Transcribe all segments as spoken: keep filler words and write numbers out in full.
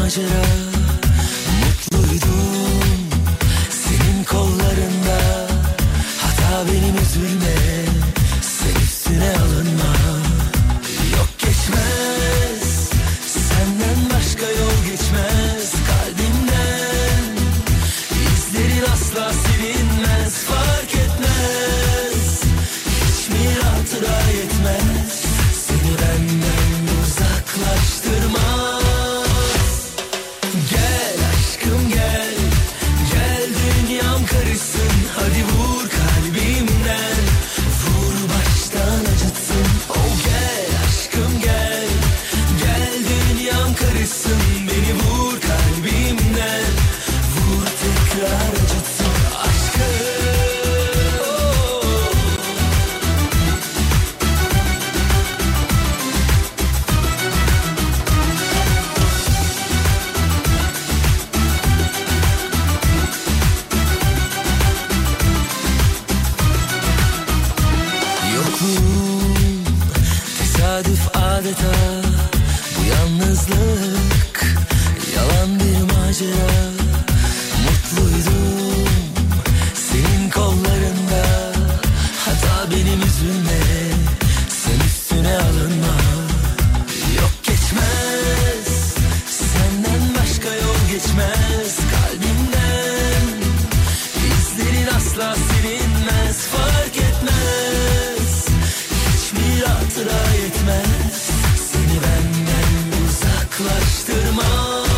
macera. Mutluydum senin kollarında. Hata benim, üzülme, sen üstüne alınma. Yok geçmez, senden başka yol geçmez kalbimden. İzlerin asla silinmez, fark etmez. Hiç mi hatıra yetmez, seni benden uzaklaştırmaz. Gel aşkım gel, gel dünyam karışsın. Hadi vur kalbimden, vur baştan acıtsın. Oh gel aşkım gel, gel dünyam karışsın. Beni vur kalbimden, vur tekrar acıtsın aşkım. Yokluğum tesadüf adeta, bu yalnızlık yalan bir macera. Mutluydum senin kollarında. Hata benim, üzülme, sen üstüne alınma. Yok geçmez, senden başka yol geçmez kalbimden. İzlerin asla silinmez, fark etmez. Hiçbir hatıra yetmez, seni benden uzaklaştırmaz.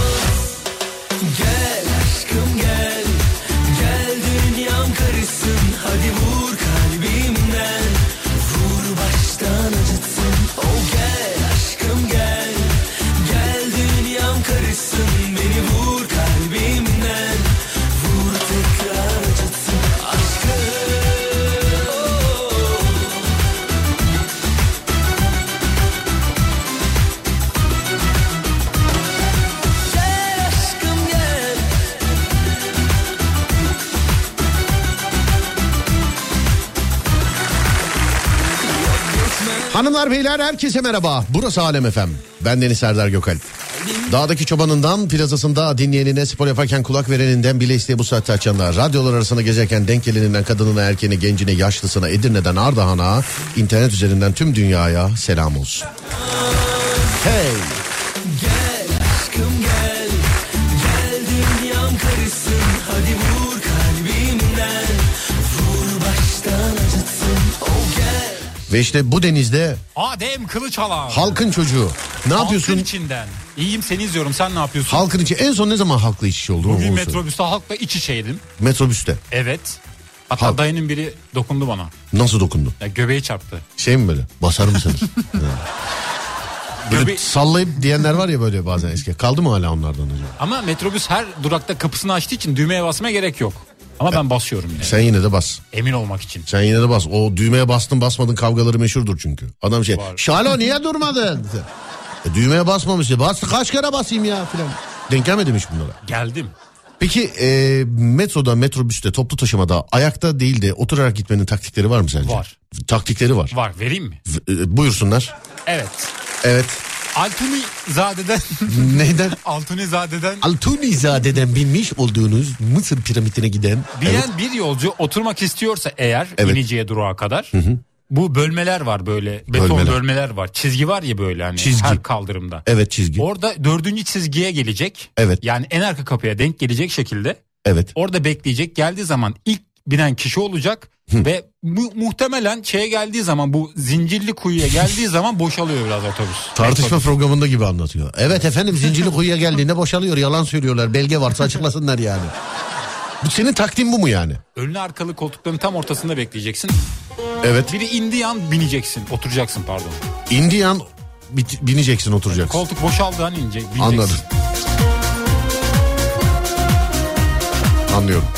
Gel aşkım gel, gel dünyam karışsın. Hadi vur kalbimden, vur baştan acıtsın. Oh gel aşkım gel, gel dünyam karışsın. Beni vur kalbimden, vur tekrar acıtsın aşkım. Gel aşkım gel. Hanımlar beyler herkese merhaba. Burası Alem F M. Ben Deniz Serdar Gökalp. Dağdaki çobanından plazasında dinleyenine, spor yaparken kulak vereninden, bile isteye bu saatte açanlar, radyolar arasında gezerken denk geleninden kadınına, erkeğine, gencine, yaşlısına, Edirne'den Ardahan'a, internet üzerinden tüm dünyaya selam olsun. Hey! Gel aşkım gel, gel dünyam karışsın. Hadi vur kalbimden, vur baştan acıtsın. Oh gel. Ve işte bu denizde Adem Kılıçalan. halkın çocuğu. Ne yapıyorsun? Halkın içinden. İyiyim, seni izliyorum. Sen ne yapıyorsun? Halkın içi. En son ne zaman halkla iç içe oldun? Bugün metrobüste halkla iç içeydim. Metrobüste. Evet. Hatta Halk. dayının biri dokundu bana. Nasıl dokundu? Ya göbeği çarptı. Şey mi böyle? Basar mısınız? Böyle Göbe- sallayıp diyenler var ya böyle bazen eski. Kaldı mı hala onlardan acaba? Ama metrobüs her durakta kapısını açtığı için düğmeye basmaya gerek yok. Ama ben basıyorum yine. Sen yine de bas. Emin olmak için. Sen yine de bas. O düğmeye bastın basmadın kavgaları meşhurdur çünkü. Adam şey, Var. Şalo niye durmadın? E, düğmeye basmamış. Bastı kaç kere basayım ya filan. Denk gelmedi mi hiç bunlara? Geldim. Peki e, metroda, metrobüste, toplu taşımada ayakta değil de oturarak gitmenin taktikleri var mı sence? Var. Taktikleri var. Var, vereyim mi? V- e, buyursunlar. Evet. Evet. Altunizade'den Neyden? Altunizade'den Altunizade'den binmiş olduğunuz Mısır piramitine giden. bilen Evet. bir yolcu oturmak istiyorsa eğer Evet. ineceği durağa kadar bu bölmeler var, böyle beton Bölmeler. bölmeler var. Çizgi var ya böyle hani Çizgi. her kaldırımda. Evet, çizgi. Orada dördüncü çizgiye gelecek. Evet. Yani en arka kapıya denk gelecek şekilde. Evet. Orada bekleyecek. Geldiği zaman ilk binen kişi olacak. Ve mu- muhtemelen şeye geldiği zaman, bu zincirli kuyuya geldiği zaman boşalıyor biraz otobüs. Tartışma Otobüs. programında gibi anlatıyor. Evet efendim, zincirli kuyuya geldiğinde boşalıyor. Yalan söylüyorlar. Belge varsa açıklasınlar yani. Bu senin taktiğin bu mu yani? Önlü arkalı koltukların tam ortasında bekleyeceksin. Evet. Biri indiği an bineceksin. Oturacaksın pardon. İndiği an bit- bineceksin, oturacaksın. Koltuk boşaldığı an inecek, bineceksin. Anladım. Anlıyorum.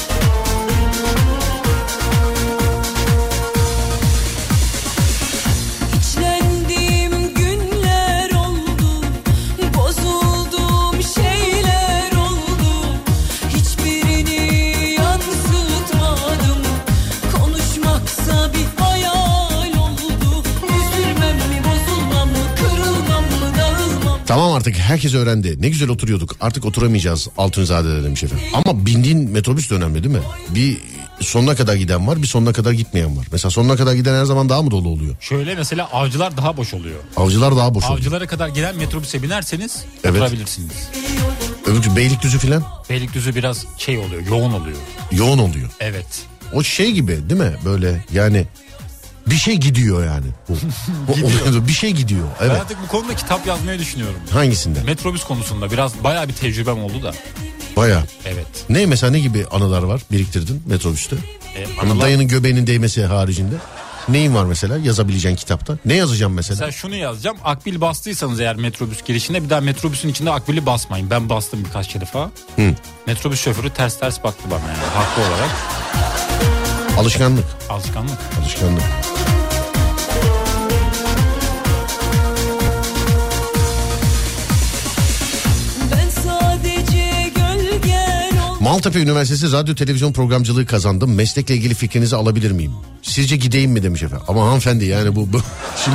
İçlendiğim günler oldu, bozulduğum şeyler oldu. Hiçbirini yansıtmadım, konuşmaksa bir hayal oldu. Üzülmem mi, bozulmam mı, kırılmam mı, dağılmam. Tamam artık herkes öğrendi. Ne güzel oturuyorduk. Artık oturamayacağız Altunzade'de demiş efendim. Ama bindiğin metrobüs de önemli değil mi? Bir sonuna kadar giden var, bir sonuna kadar gitmeyen var. Mesela sonuna kadar giden her zaman daha mı dolu oluyor? Şöyle mesela Avcılar daha boş oluyor. Avcılar daha boş oluyor. Avcılara kadar giden metrobüse binerseniz Evet. oturabilirsiniz. Öbür Beylikdüzü filan Beylikdüzü biraz şey oluyor, yoğun oluyor. yoğun oluyor. Evet. O şey gibi değil mi? Böyle yani bir şey gidiyor yani. O, o- bir şey gidiyor. Ben Evet. artık bu konuda kitap yazmayı düşünüyorum. Hangisinde? Metrobüs konusunda biraz bayağı bir tecrübem oldu da. Baya. Evet. Ne mesela ne gibi anılar var biriktirdin metrobüste? E, Ama anılar- dayının göbeğinin değmesi haricinde. Neyin var mesela yazabileceğin kitapta? Ne yazacağım mesela? Mesela şunu yazacağım. Akbil bastıysanız eğer metrobüs girişinde bir daha metrobüsün içinde akbili basmayın. Ben bastım birkaç kere falan. Hı. Metrobüs şoförü ters ters baktı bana yani. Haklı olarak. Alışkanlık. Alışkanlık. Alışkanlık. Ben sadece gölgen ol. Maltepe Üniversitesi radyo televizyon programcılığı kazandım. Meslekle ilgili fikrinizi alabilir miyim? Sizce gideyim mi demiş efendim. Ama hanımefendi yani bu, bu şimdi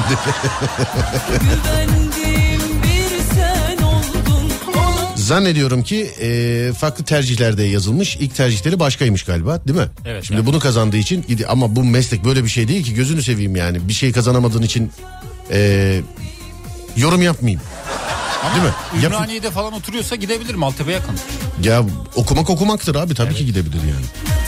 Güvendiğim bir sen oldun. Olan zannediyorum ki e, farklı tercihlerde yazılmış. İlk tercihleri başkaymış galiba değil mi? Evet, Şimdi evet. bunu kazandığı için gidi- ama bu meslek böyle bir şey değil ki gözünü seveyim yani. Bir şey kazanamadığın için e, yorum yapmayayım. Değil mi? Yap- Ümraniye'de falan oturuyorsa gidebilir. Maltepe yakın. ya okumak okumaktır abi tabii ki gidebilir yani.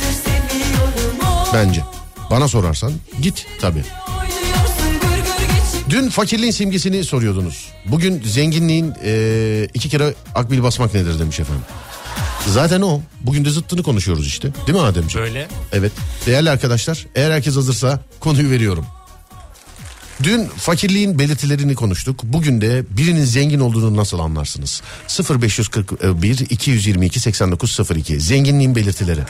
Bence. Bana sorarsan git tabii. oynuyorsun gır gır geçip. Dün fakirliğin simgesini soruyordunuz. Bugün zenginliğin e, iki kere akbil basmak nedir demiş efendim. Zaten o. Bugün de zıttını konuşuyoruz işte. Değil mi Ademciğim? Böyle. Evet. Değerli arkadaşlar, eğer herkes hazırsa konuyu veriyorum. Dün fakirliğin belirtilerini konuştuk. Bugün de birinin zengin olduğunu nasıl anlarsınız? sıfır beş kırk bir iki yüz yirmi iki seksen dokuz sıfır iki. Zenginliğin belirtileri.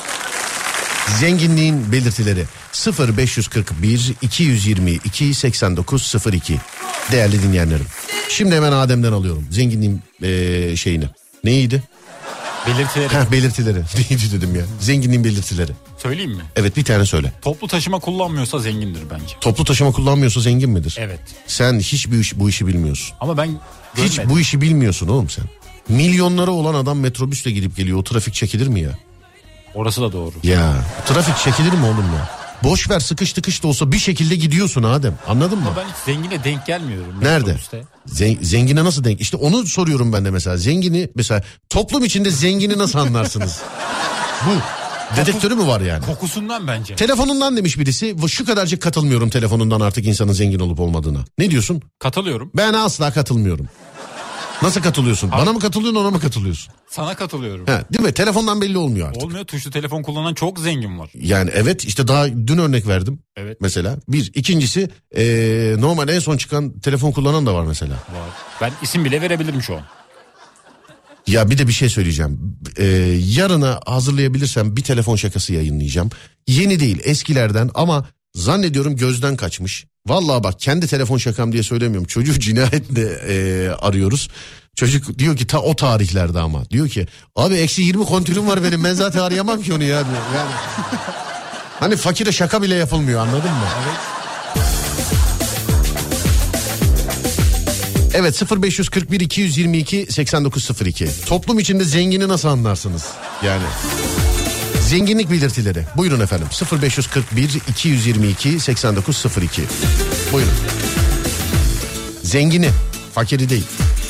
Zenginliğin belirtileri sıfır beş kırk bir iki yüz yirmi iki seksen dokuz sıfır iki. Değerli dinleyenlerim. Şimdi hemen Adem'den alıyorum. Zenginliğin eee, şeyini. Neydi? Belirtileri. Heh, belirtileri. Neydi dedim ya. Zenginliğin belirtileri. Söyleyeyim mi? Evet bir tane söyle. Toplu taşıma kullanmıyorsa zengindir bence. Toplu taşıma kullanmıyorsa zengin midir? Evet. Sen hiç bu, iş, bu işi bilmiyorsun. Ama ben Hiç görmedim. bu işi bilmiyorsun oğlum sen. Milyonları olan adam metrobüsle gidip geliyor. O trafik çekilir mi ya? Orası da doğru. Ya trafik çekilir mi oğlum ya? Boş ver sıkış tıkış da olsa bir şekilde gidiyorsun Adem. Anladın mı? Ama ben hiç zengine denk gelmiyorum. Nerede? metrobüste. Zen- zengine nasıl denk? İşte onu soruyorum ben de mesela. Zengini mesela toplum içinde zengini nasıl anlarsınız? Bu dedektörü mü var yani? Kokusundan bence. Telefonundan demiş birisi. Şu kadarcık katılmıyorum telefonundan artık insanın zengin olup olmadığına. Ne diyorsun? Katılıyorum. Ben asla katılmıyorum. Nasıl katılıyorsun? Bana mı katılıyorsun ona mı katılıyorsun? Sana katılıyorum. He, değil mi? Telefondan belli olmuyor artık. Olmuyor, tuşlu telefon kullanan çok zengin var. Yani evet işte daha dün örnek verdim. Evet. Mesela bir. İkincisi ee, normal en son çıkan telefon kullanan da var mesela. Var. Ben isim bile verebilirim şu an. Ya bir de bir şey söyleyeceğim. Ee, yarına hazırlayabilirsem bir telefon şakası yayınlayacağım. Yeni değil eskilerden ama zannediyorum gözden kaçmış. Vallahi bak kendi telefon şakam diye söylemiyorum. Çocuğu cinayetle ee, arıyoruz. Çocuk diyor ki ta o tarihlerde ama. Diyor ki abi eksi yirmi kontürüm var benim ben zaten arayamam ki onu ya. Diyor. Yani, hani fakire şaka bile yapılmıyor anladın mı? Evet. Evet sıfır beş kırk bir iki yüz yirmi iki seksen dokuz sıfır iki. Toplum içinde zengini nasıl anlarsınız? Yani zenginlik belirtileri. Buyurun efendim. sıfır beş kırk bir iki yüz yirmi iki seksen dokuz sıfır iki. Buyurun. Zengini, fakiri değil.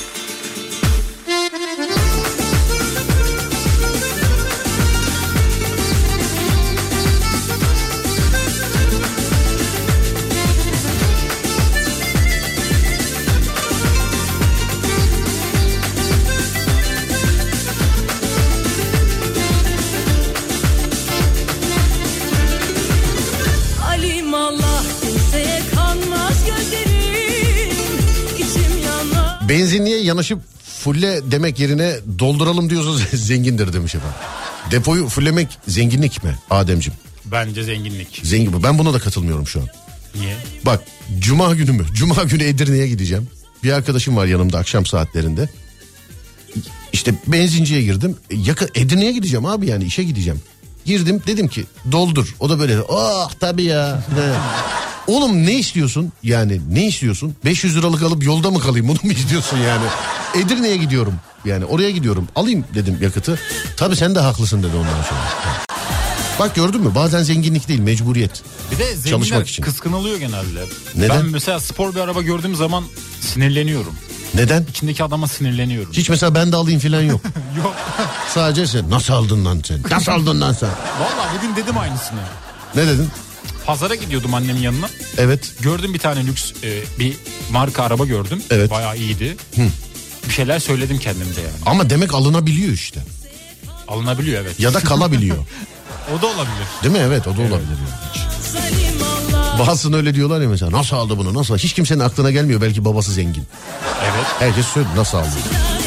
Alim Allah kimseye kanmaz gözlerim. İçim yanar. Benzinliğe yanaşıp fulle demek yerine dolduralım diyorsa zengindir demiş efendim. Depoyu fullemek zenginlik mi Ademciğim? Bence zenginlik. Zengin bu. Ben buna da katılmıyorum şu an. Niye? Bak cuma günü mü? Cuma günü Edirne'ye gideceğim. Bir arkadaşım var yanımda akşam saatlerinde. İşte benzinciye girdim. Yakın Edirne'ye gideceğim abi yani işe gideceğim. Girdim dedim ki doldur. O da böyle oh tabii ya. He. Oğlum ne istiyorsun? Yani ne istiyorsun? beş yüz liralık alıp yolda mı kalayım? Bunu mu istiyorsun yani? Edirne'ye gidiyorum. Yani oraya gidiyorum. Alayım dedim yakıtı. Tabii sen de haklısın dedi ondan sonra. Bak gördün mü? Bazen zenginlik değil, mecburiyet. Bir de zenginler kıskanılıyor genelde. Neden? Ben mesela spor bir araba gördüğüm zaman sinirleniyorum. Neden? İçindeki adama sinirleniyorum. Hiç mesela ben de alayım falan yok. Yok. Sadece sen. Nasıl aldın lan sen? Nasıl aldın lan sen? Vallahi bugün dedim aynısını. Ne dedin? Pazara gidiyordum annemin yanına. Evet. Gördüm bir tane lüks e, bir marka araba gördüm. Evet. Bayağı iyiydi. Hı. Bir şeyler söyledim kendimde yani. Ama demek alınabiliyor işte. Alınabiliyor evet. Ya da kalabiliyor. O da olabilir. Değil mi? Evet, o da olabilir. Yani. Bazısını öyle diyorlar ya mesela. Nasıl aldı bunu? Nasıl? Hiç kimsenin aklına gelmiyor. Belki babası zengin. Evet. Herkes söylüyor. Nasıl aldı?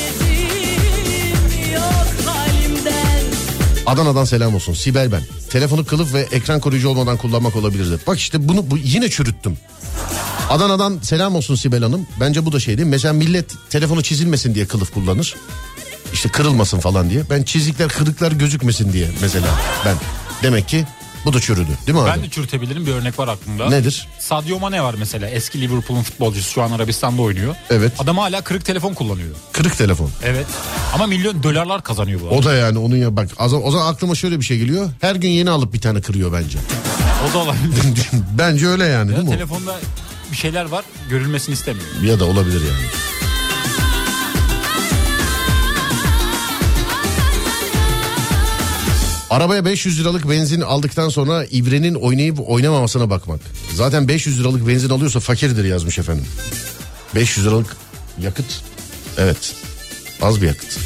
Adana'dan selam olsun. Sibel ben. Telefonu kılıf ve ekran koruyucu olmadan kullanmak olabilirdi. Bak işte bunu bu, yine çürüttüm. Adana'dan selam olsun Sibel Hanım. Bence bu da şey değil mi? Mesela millet telefonu çizilmesin diye kılıf kullanır. İşte kırılmasın falan diye. Ben çizikler, kırıklar gözükmesin diye mesela ben. Demek ki bu da çürüdü. Değil mi abi? Ben de çürütebilirim, bir örnek var aklımda. Nedir? Sadio Mane var mesela, eski Liverpool'un futbolcusu, şu an Arabistan'da oynuyor. Evet. Adam hala kırık telefon kullanıyor. Kırık telefon. Evet. Ama milyon dolarlar kazanıyor bu arada. O da yani onun ya bak o zaman aklıma şöyle bir şey geliyor. Her gün yeni alıp bir tane kırıyor bence. O da olabilir. Bence öyle yani, ya değil mi? Telefonda bir şeyler var, görülmesini istemiyor. Ya da olabilir yani. Arabaya beş yüz liralık benzin aldıktan sonra ibrenin oynayıp oynamamasına bakmak. Zaten beş yüz liralık benzin alıyorsa fakirdir yazmış efendim. beş yüz liralık yakıt. Evet. Az bir yakıt.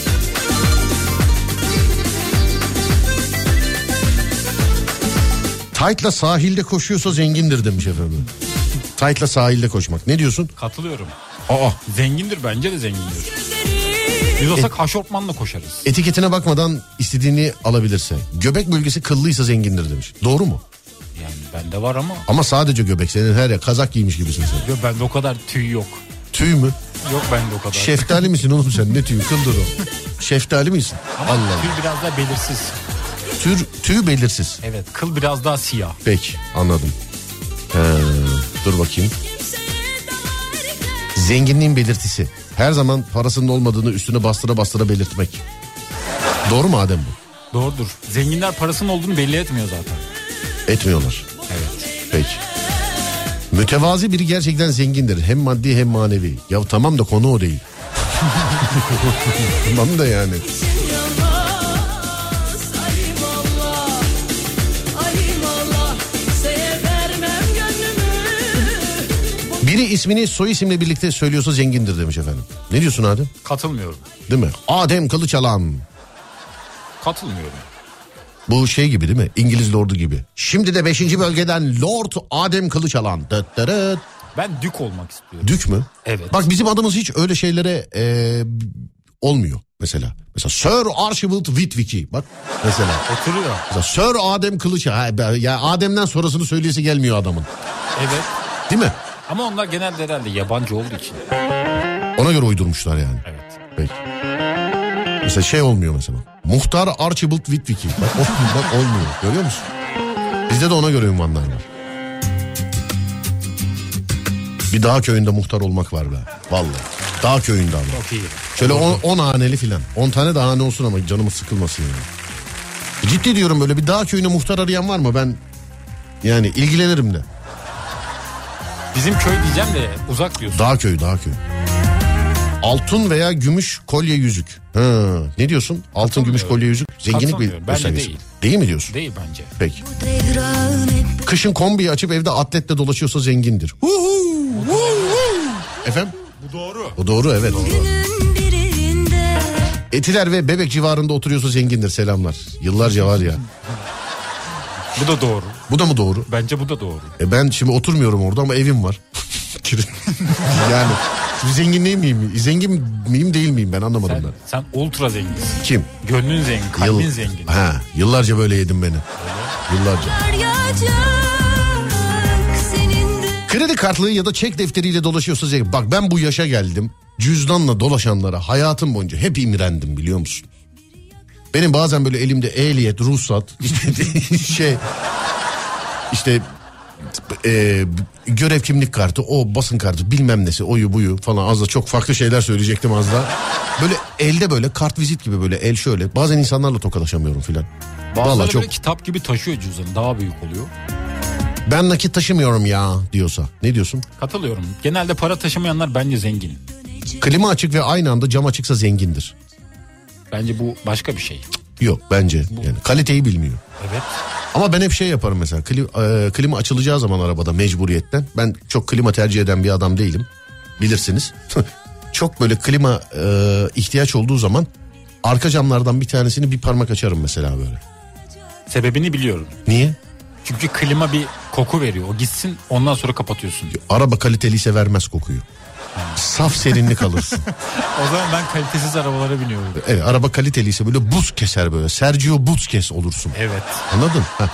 Tight'la sahilde koşuyorsa zengindir demiş efendim. Tight'la sahilde koşmak. Ne diyorsun? Katılıyorum. Aa. Zengindir, bence de zengindir. Biz olsak haşortmanla koşarız. Etiketine bakmadan istediğini alabilirse. Göbek bölgesi kıllıysa zengindir demiş. Doğru mu? Yani bende var ama. Ama sadece göbek. Senin her yer kazak giymiş gibisin sen. Yok, bende o kadar tüy yok. Tüy mü? Yok bende o kadar. Şeftali misin oğlum sen? Ne tüyü? Kıldır o. Şeftali misin? Ama Allah. tüy biraz daha belirsiz. Tür, tüy belirsiz. Evet, kıl biraz daha siyah. Peki, anladım. Ee, dur bakayım. Zenginliğin belirtisi. Her zaman parasının olmadığını üstüne bastıra bastıra belirtmek. Doğru mu Adem bu? Doğrudur. Zenginler parasının olduğunu belli etmiyor zaten. Etmiyorlar. Evet. Peki. Mütevazi biri gerçekten zengindir. Hem maddi hem manevi. Ya tamam da konu o değil. Tamam da yani. Biri ismini soy isimle birlikte söylüyorsa zengindir demiş efendim. Ne diyorsun Adem? Katılmıyorum. Değil mi? Adem Kılıçalan. Katılmıyorum. Bu şey gibi değil mi? İngiliz lordu gibi. Şimdi de beşinci bölgeden Lord Adem Kılıçalan. Dıt dırıt. Ben dük olmak istiyorum. Dük mü? Evet. Bak bizim adımız hiç öyle şeylere e, olmuyor mesela. Mesela Sir Archibald Whitwicky. Bak mesela. Oturuyor. Mesela Sir Adem Kılıçalan. Ya Adem'den sonrasını söyleyesi gelmiyor adamın. Evet. Değil mi? Ama onlar genelde herhalde yabancı olduğu için. Ona göre uydurmuşlar yani. Evet. Peki. Mesela şey olmuyor mesela. Muhtar Archibald Whitwicky. Bak, bak olmuyor. Görüyor musun? Bizde de ona göre ünvanlar var. Bir dağ köyünde muhtar olmak var be. Vallahi. Dağ köyünde ama. Çok iyi. Şöyle on haneli filan. on tane de hane olsun ama canımız sıkılmasın yani. Ciddi diyorum, böyle bir dağ köyüne muhtar arayan var mı? Ben yani ilgilenirim de. Bizim köy diyeceğim de uzak diyorsun. Dağ köyü, dağ köyü. Altın veya gümüş kolye yüzük. Ha, ne diyorsun? Altın gümüş kolye yüzük zenginlik bir Bence göstergesi. değil. Değil mi diyorsun? Değil bence. Peki. Kışın kombiyi açıp evde atletle dolaşıyorsa zengindir. Efendim? Bu doğru. O doğru, evet. Etiler ve Bebek civarında oturuyorsa zengindir, selamlar. Yıllarca var ya. Bu da doğru. Bu da mı doğru? Bence bu da doğru. E ben şimdi oturmuyorum orada ama evim var. Yani şimdi zengin değil miyim? Zengin miyim değil miyim, ben anlamadım Sen, ben. sen ultra zenginsin. Kim? Gönlün zengin, kalbin Yıl- zengin. Ha, yıllarca böyle yedim beni. Yıllarca. Kredi kartlığı ya da çek defteriyle dolaşıyorsa zengin. Bak ben bu yaşa geldim. Cüzdanla dolaşanlara hayatım boyunca hep imrendim, biliyor musun? Benim bazen böyle elimde ehliyet, ruhsat, işte şey, işte e, görev kimlik kartı, o basın kartı, bilmem nesi, oyu buyu falan, az da çok farklı şeyler söyleyecektim az da. Böyle elde böyle kart vizit gibi, böyle el şöyle. Bazen insanlarla tokalaşamıyorum filan. Bazıları çok... böyle kitap gibi taşıyor cüzdanı, daha büyük oluyor. Ben nakit taşımıyorum ya diyorsa ne diyorsun? Katılıyorum. Genelde para taşımayanlar bence zengin. Klima açık ve aynı anda cam açıksa zengindir. Bence bu başka bir şey. Yok bence yani kaliteyi bilmiyor. Evet. Ama ben hep şey yaparım mesela, klima, e, klima açılacağı zaman arabada mecburiyetten. Ben çok klima tercih eden bir adam değilim, bilirsiniz. Çok böyle klima e, ihtiyaç olduğu zaman arka camlardan bir tanesini bir parmak açarım mesela böyle. Sebebini biliyorum. Niye? Çünkü klima bir koku veriyor. O gitsin, ondan sonra kapatıyorsun. Araba kaliteliyse vermez kokuyu. Saf serinlik alırsın. O zaman ben kalitesiz arabalara biniyorum. Evet, araba kaliteliyse böyle buz keser böyle. Sergio Busquets olursun. Evet. Anladın? Heh.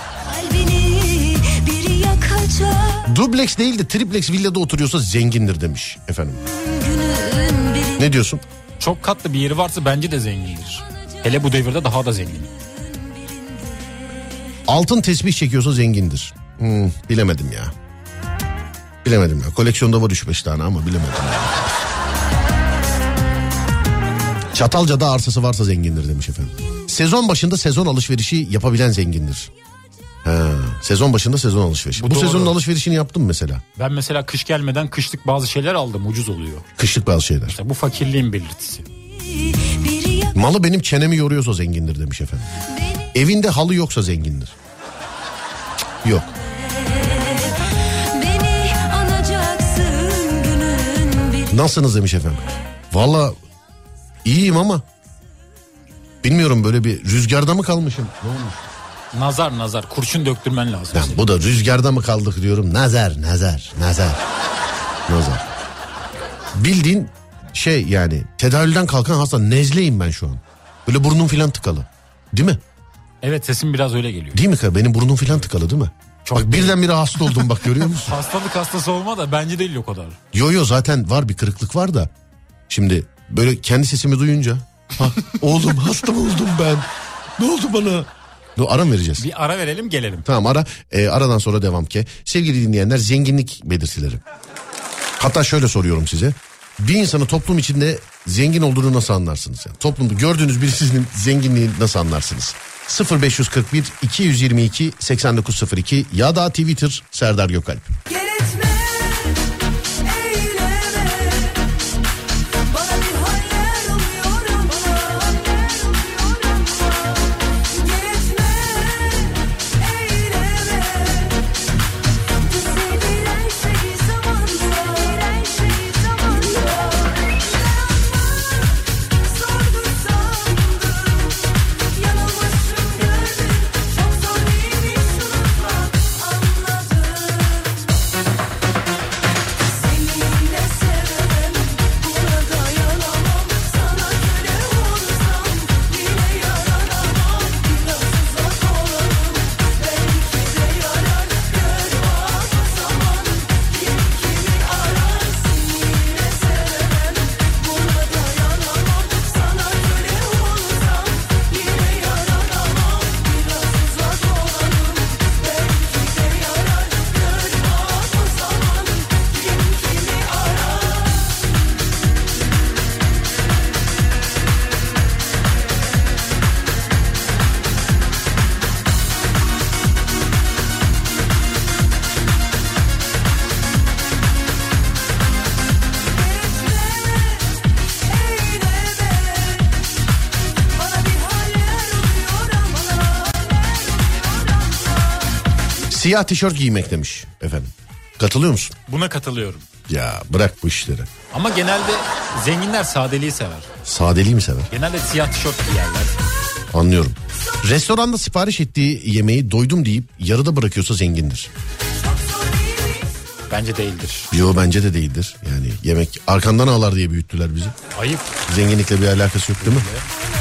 Dubleks değil de triplex villada oturuyorsa zengindir demiş efendim. Ne diyorsun? Çok katlı bir yeri varsa bence de zengindir. Hele bu devirde daha da zengin. Altın tesbih çekiyorsa zengindir. Hmm, bilemedim ya. Bilemedim ya. Koleksiyonda var üç beş tane ama bilemedim ya. Çatalca'da arsası varsa zengindir demiş efendim. Sezon başında sezon alışverişi yapabilen zengindir. Ha, sezon başında sezon alışverişi. Bu, Bu sezonun alışverişini yaptım mesela. Ben mesela kış gelmeden kışlık bazı şeyler aldım, ucuz oluyor. Kışlık bazı şeyler. İşte bu fakirliğin belirtisi. Malı benim çenemi yoruyorsa zengindir demiş efendim. Evinde halı yoksa zengindir. Yok. Nasılsınız demiş efendim. Valla iyiyim ama bilmiyorum, böyle bir rüzgarda mı kalmışım? Ne olmuş? Nazar nazar, kurşun döktürmen lazım. Ben bu da rüzgarda mı kaldık diyorum. Nazar nazar nazar. Nazar. Bildiğin şey yani, tedavülden kalkan hasta, nezleyim ben şu an. Böyle burnum filan tıkalı. Değil mi? Evet, sesim biraz öyle geliyor. Değil mi ki? Benim burnum filan tıkalı değil mi? Çok bak birdenbire hasta oldum, bak görüyor musun? Hastalık hastası olma da bence değil o kadar. Yo yo zaten var, bir kırıklık var da. Şimdi böyle kendi sesimi duyunca. Ha, oğlum hasta oldum ben. Ne oldu bana? Dur, ara mı vereceğiz? Bir ara verelim, gelelim. Tamam, ara. E, aradan sonra devam ki. Sevgili dinleyenler, zenginlik belirtileri. Hatta şöyle soruyorum size. Bir insanı toplum içinde zengin olduğunu nasıl anlarsınız? Yani toplumda gördüğünüz birisinin zenginliğini nasıl anlarsınız? sıfır beş kırk bir iki yüz yirmi iki seksen dokuz sıfır iki ya da Twitter Serdar Gökalp. Siyah tişört giymek demiş efendim. Katılıyor musun? Buna katılıyorum. Ya bırak bu işleri. Ama genelde zenginler sadeliği sever. Sadeliği mi sever? Genelde siyah tişört giyerler. Anlıyorum. Restoranda sipariş ettiği yemeği doydum deyip yarıda bırakıyorsa zengindir. Bence değildir. Yo, bence de değildir. Yani yemek arkandan ağlar diye büyüttüler bizi. Ayıp. Zenginlikle bir alakası yok değil mi?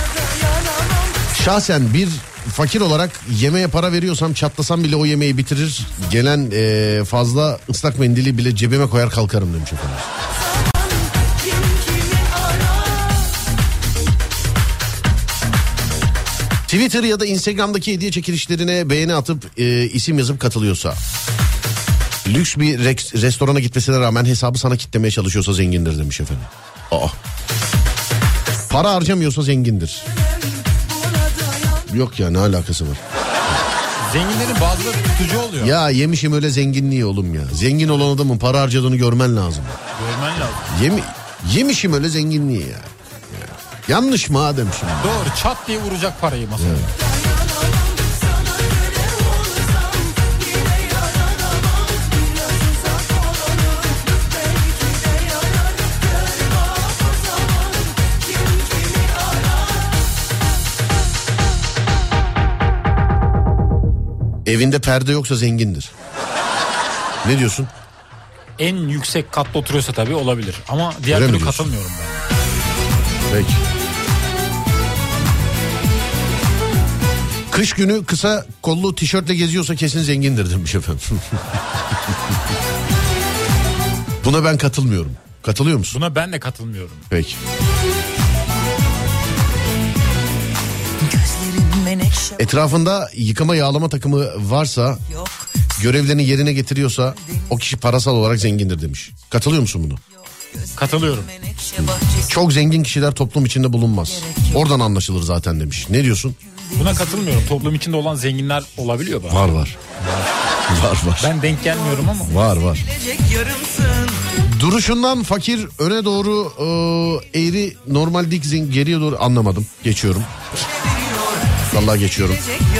Şahsen bir fakir olarak yemeğe para veriyorsam çatlasam bile o yemeği bitirir. Gelen e, fazla ıslak mendili bile cebime koyar kalkarım demiş efendim. Twitter ya da Instagram'daki hediye çekilişlerine beğeni atıp e, isim yazıp katılıyorsa. Lüks bir re- restorana gitmesine rağmen hesabı sana kitlemeye çalışıyorsa zengindir demiş efendim. Aa. Para harcamıyorsa zengindir. Yok ya, ne alakası var? Zenginlerin bazıları tutucu oluyor. Ya yemişim öyle zenginliği oğlum ya. Zengin olan adamın para harcadığını görmen lazım. Görmen lazım. Yemi, yemişim öyle zenginliği ya. ya. Yanlış mı Adem şimdi? Doğru, çat diye vuracak parayı masaya. Evet. Evinde perde yoksa zengindir. Ne diyorsun? En yüksek katta oturuyorsa tabii olabilir. Ama diğer Öyle mi türlü diyorsun? katılmıyorum ben. Peki. Kış günü kısa kollu tişörtle geziyorsa kesin zengindir demiş efendim. Buna ben katılmıyorum. Katılıyor musun? Buna ben de katılmıyorum. Peki. Etrafında yıkama yağlama takımı varsa, görevlerini yerine getiriyorsa o kişi parasal olarak zengindir demiş. Katılıyor musun buna? Katılıyorum. Çok zengin kişiler toplum içinde bulunmaz. Oradan anlaşılır zaten demiş. Ne diyorsun? Buna katılmıyorum. Toplum içinde olan zenginler olabiliyor da. Var var. Var var. Ben denk gelmiyorum ama. Var var. Duruşundan fakir öne doğru e, eğri, normal dik zengin geriye doğru, anlamadım. Geçiyorum. Vallahi geçiyorum.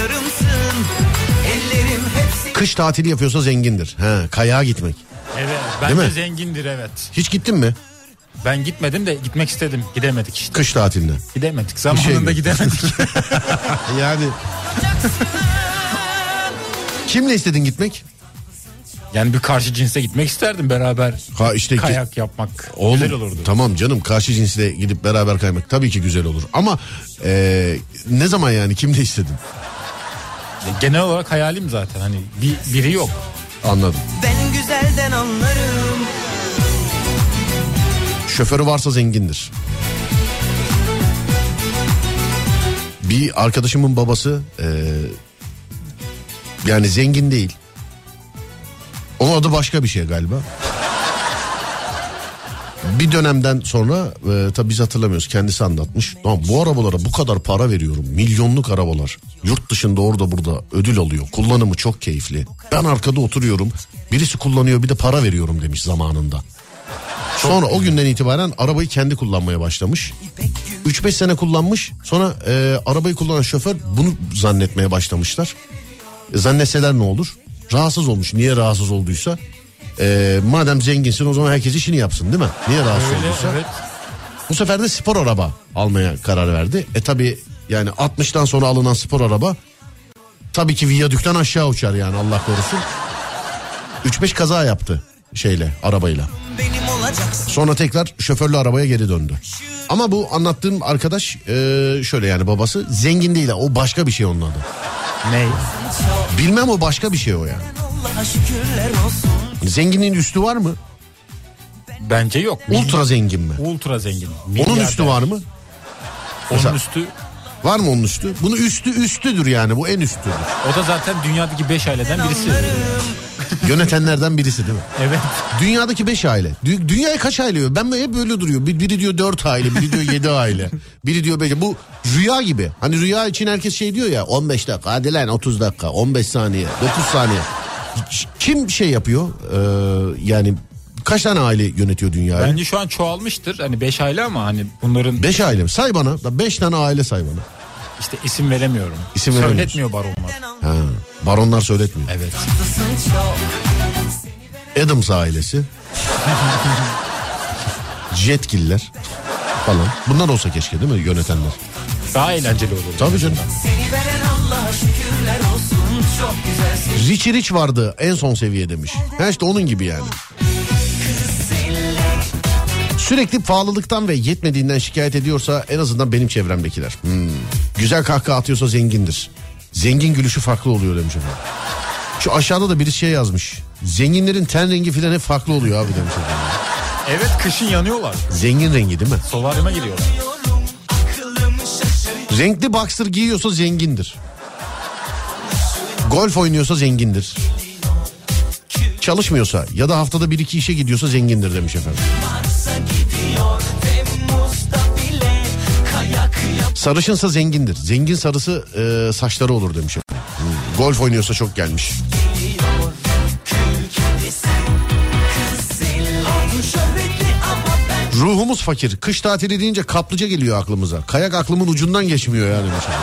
Kış tatili yapıyorsa zengindir. He, kayağa gitmek. Evet, Değil bence mi? zengindir, evet. Hiç gittin mi? Ben gitmedim de gitmek istedim. Gidemedik işte. Kış tatiline. Gidemedik. Zamanında gidemedik. Yani. Kimle istedin gitmek? Yani bir karşı cinse gitmek isterdim beraber. Ha işte ki- kayak yapmak Oğlum, güzel olurdu. Tamam canım, karşı cinsle gidip beraber kaymak tabii ki güzel olur. Ama e, ne zaman yani, kimle istedin? Genel olarak hayalim zaten, hani bir, biri yok. Anladım. Ben güzelden anlarım. Şoförü varsa zengindir. Bir arkadaşımın babası e, yani zengin değil. Onun adı başka bir şey galiba. Bir dönemden sonra e, tabii biz hatırlamıyoruz, kendisi anlatmış. Tamam, bu arabalara bu kadar para veriyorum, milyonluk arabalar, yurt dışında orada burada ödül alıyor, kullanımı çok keyifli. Ben arkada oturuyorum, birisi kullanıyor, bir de para veriyorum demiş zamanında. Sonra o günden itibaren arabayı kendi kullanmaya başlamış. üç beş sene kullanmış. Sonra e, arabayı kullanan şoför bunu zannetmeye başlamışlar. E, zannetseler ne olur? Rahatsız olmuş. Niye rahatsız olduysa? E, madem zenginsin o zaman herkes işini yapsın, değil mi? Niye rahatsız Öyle, olduysa? evet. Bu sefer de spor araba almaya karar verdi. E tabi yani altmıştan sonra alınan spor araba tabii ki viyadükten aşağı uçar yani, Allah korusun. üç beş kaza yaptı şeyle, arabayla. Sonra tekrar şoförlü arabaya geri döndü. Ama bu anlattığım arkadaş e, şöyle yani, babası zengin değil, o başka bir şey onun adı. Ne? Bilmem, o başka bir şey o yani. Zenginliğin üstü var mı? Bence yok. Ultra zengin mi? Ultra zengin. Onun Milyarder. üstü var mı? Onun Mesela- üstü. Var mı onun üstü? Bunun üstü üstüdür yani, bu en üstüdür. O da zaten dünyadaki beş aileden birisi. Yönetenlerden birisi değil mi? Evet. Dünyadaki beş aile. Dü- dünyaya kaç aile diyor? Ben hep böyle duruyor. Bir- Biri diyor dört aile, biri diyor yedi aile. Biri diyor beş. Bu rüya gibi. Hani rüya için herkes şey diyor ya, on beş dakika, hadi lan otuz dakika, on beş saniye, dokuz saniye. Kim şey yapıyor? Ee, yani kaç tane aile yönetiyor dünyayı? Bence şu an çoğalmıştır. Hani beş aile ama hani bunların Beş aile mi? Say bana. Da beş tane aile say bana. işte isim veremiyorum. İsim veremiyorsun. Söyletmiyor baronlar. Ha, baronlar söyletmiyor. Evet. Adams ailesi. Jetgiller falan. Bunlar olsa keşke, değil mi, yönetenler? Daha eğlenceli olur. Tabii canım. Seni veren Allah'a şükürler olsun. Çok güzelsin. Richie Rich vardı en son seviye demiş. Ha işte onun gibi yani. Sürekli pahalılıktan ve yetmediğinden şikayet ediyorsa en azından benim çevremdekiler. Hmm. Güzel kahkaha atıyorsa zengindir. Zengin gülüşü farklı oluyor demiş efendim. Şu aşağıda da biri şey yazmış. Zenginlerin ten rengi filan hep farklı oluyor abi demiş efendim. Evet, kışın yanıyorlar. Zengin rengi değil mi? Solaryuma giriyorlar. Renkli boxer giyiyorsa zengindir. Golf oynuyorsa zengindir. çalışmıyorsa ya da haftada bir iki işe gidiyorsa zengindir demiş efendim. Sarışınsa zengindir. Zengin sarısı e, saçları olur demiş efendim. Hmm. Golf oynuyorsa çok gelmiş. Ruhumuz fakir. Kış tatili deyince kaplıca geliyor aklımıza. Kayak aklımın ucundan geçmiyor yani mesela.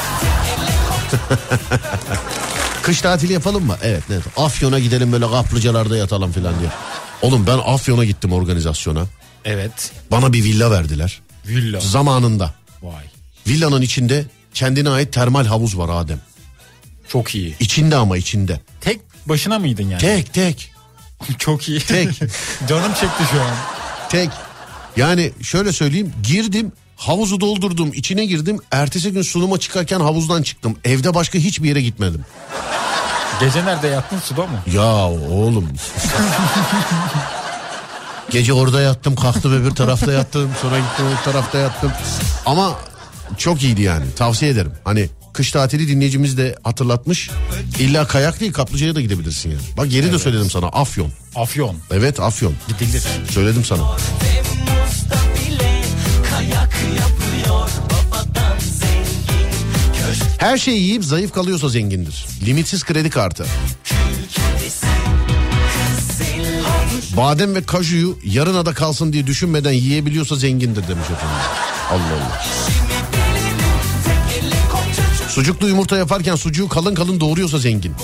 Kış tatili yapalım mı? Evet, evet. Afyon'a gidelim böyle kaplıcalarda yatalım falan diye. Oğlum ben Afyon'a gittim organizasyona. Evet. Bana bir villa verdiler. Villa. Zamanında. Vay. Villanın içinde kendine ait termal havuz var Adem. Çok iyi. İçinde ama içinde. Tek başına mıydın yani? Tek tek. Çok iyi. Tek. Canım çekti şu an. Tek. Yani şöyle söyleyeyim, girdim, havuzu doldurdum, içine girdim. Ertesi gün sunuma çıkarken havuzdan çıktım. Evde başka hiçbir yere gitmedim. Gece nerede yattın, suda mı? Ya oğlum. Gece orada yattım, kalktım öbür tarafta yattım, sonra gittim öbür tarafta yattım. Ama çok iyiydi yani, tavsiye ederim. Hani kış tatili dinleyicimiz de hatırlatmış. İlla kayak değil, kaplıcaya da gidebilirsin yani. Bak yeri evet. de söyledim sana, Afyon. Afyon. Evet, Afyon. Gidilir. Söyledim sana. Her şeyi yiyip zayıf kalıyorsa zengindir. Limitsiz kredi kartı. Badem ve kajuyu yarına da kalsın diye düşünmeden yiyebiliyorsa zengindir demiş efendim. Allah Allah. Sucuklu yumurta yaparken sucuğu kalın kalın doğuruyorsa zengin.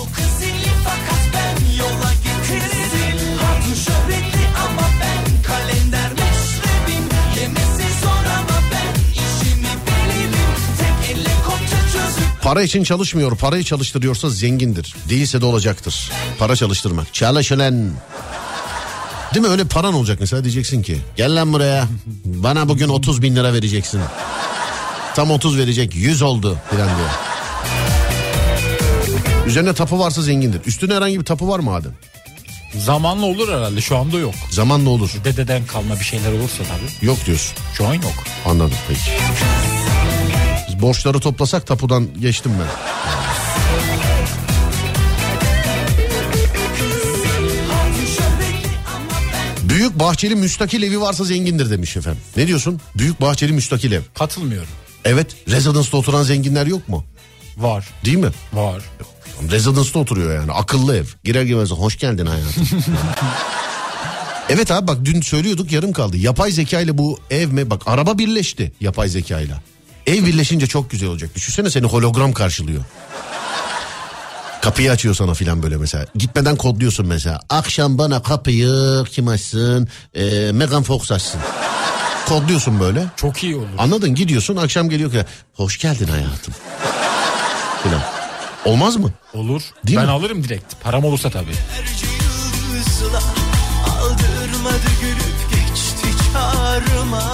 Para için çalışmıyor, parayı çalıştırıyorsa zengindir. Değilse de olacaktır. Para çalıştırmak. Çalış ulan. Değil mi? Öyle paran olacak mesela, diyeceksin ki gel lan buraya, bana bugün otuz bin lira vereceksin. Tam otuz verecek, yüz oldu filan diyor. Üzerine tapu varsa zengindir. Üstüne herhangi bir tapu var mı Adem? Zamanla olur herhalde, şu anda yok. Zamanla olur. Dededen kalma bir şeyler olursa tabii. Yok diyorsun. Şu an yok. Anladım, peki. Biz borçları toplasak tapudan geçtim ben. Büyük bahçeli müstakil evi varsa zengindir demiş efendim. Ne diyorsun? Büyük bahçeli müstakil ev. Katılmıyorum. Evet, residence'da oturan zenginler yok mu? Var. Değil mi? Var. Residence'da oturuyor yani, akıllı ev. Girer girmez hoş geldin hayatım. Evet abi, bak dün söylüyorduk, yarım kaldı. Yapay zeka ile bu ev mi? Bak araba birleşti yapay zeka ile. Ev birleşince çok güzel olacak. Düşünsene, seni hologram karşılıyor. Kapıyı açıyor sana filan böyle mesela. Gitmeden kodluyorsun mesela. Akşam bana kapıyı kim açsın? Ee, Megan Fox açsın. Kodluyorsun böyle. Çok iyi olur. Anladın, gidiyorsun, akşam geliyor ki hoş geldin hayatım. Filan. Olmaz mı? Olur. Değil ben mi? alırım direkt. Param olursa tabii. Aldırmadı gülüp geçti çağrıma.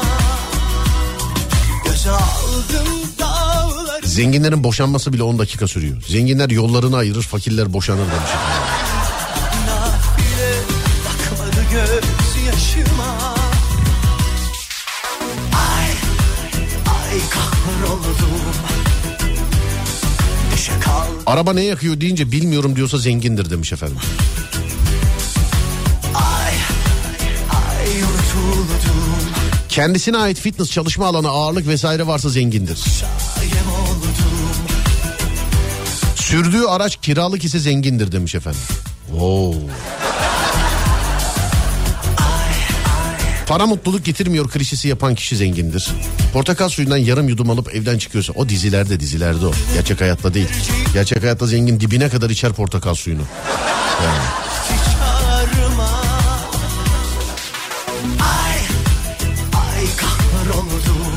Göze aldım dağları. Zenginlerin boşanması bile on dakika sürüyor. Zenginler yollarını ayırır, fakirler boşanır demiş. Nafile bakmadı göz yaşıma. Ay, ay kahroldum. Düşe kal. Araba ne yakıyor deyince bilmiyorum diyorsa zengindir demiş efendim. Ay, ay unutuldum. Kendisine ait fitness, çalışma alanı, ağırlık vesaire varsa zengindir. Sürdüğü araç kiralık ise zengindir demiş efendim. Oo. Para mutluluk getirmiyor klişesi yapan kişi zengindir. Portakal suyundan yarım yudum alıp evden çıkıyorsa, o dizilerde dizilerde o. Gerçek hayatta değil. Gerçek hayatta zengin dibine kadar içer portakal suyunu. Yani. Ay, ay kahroldum.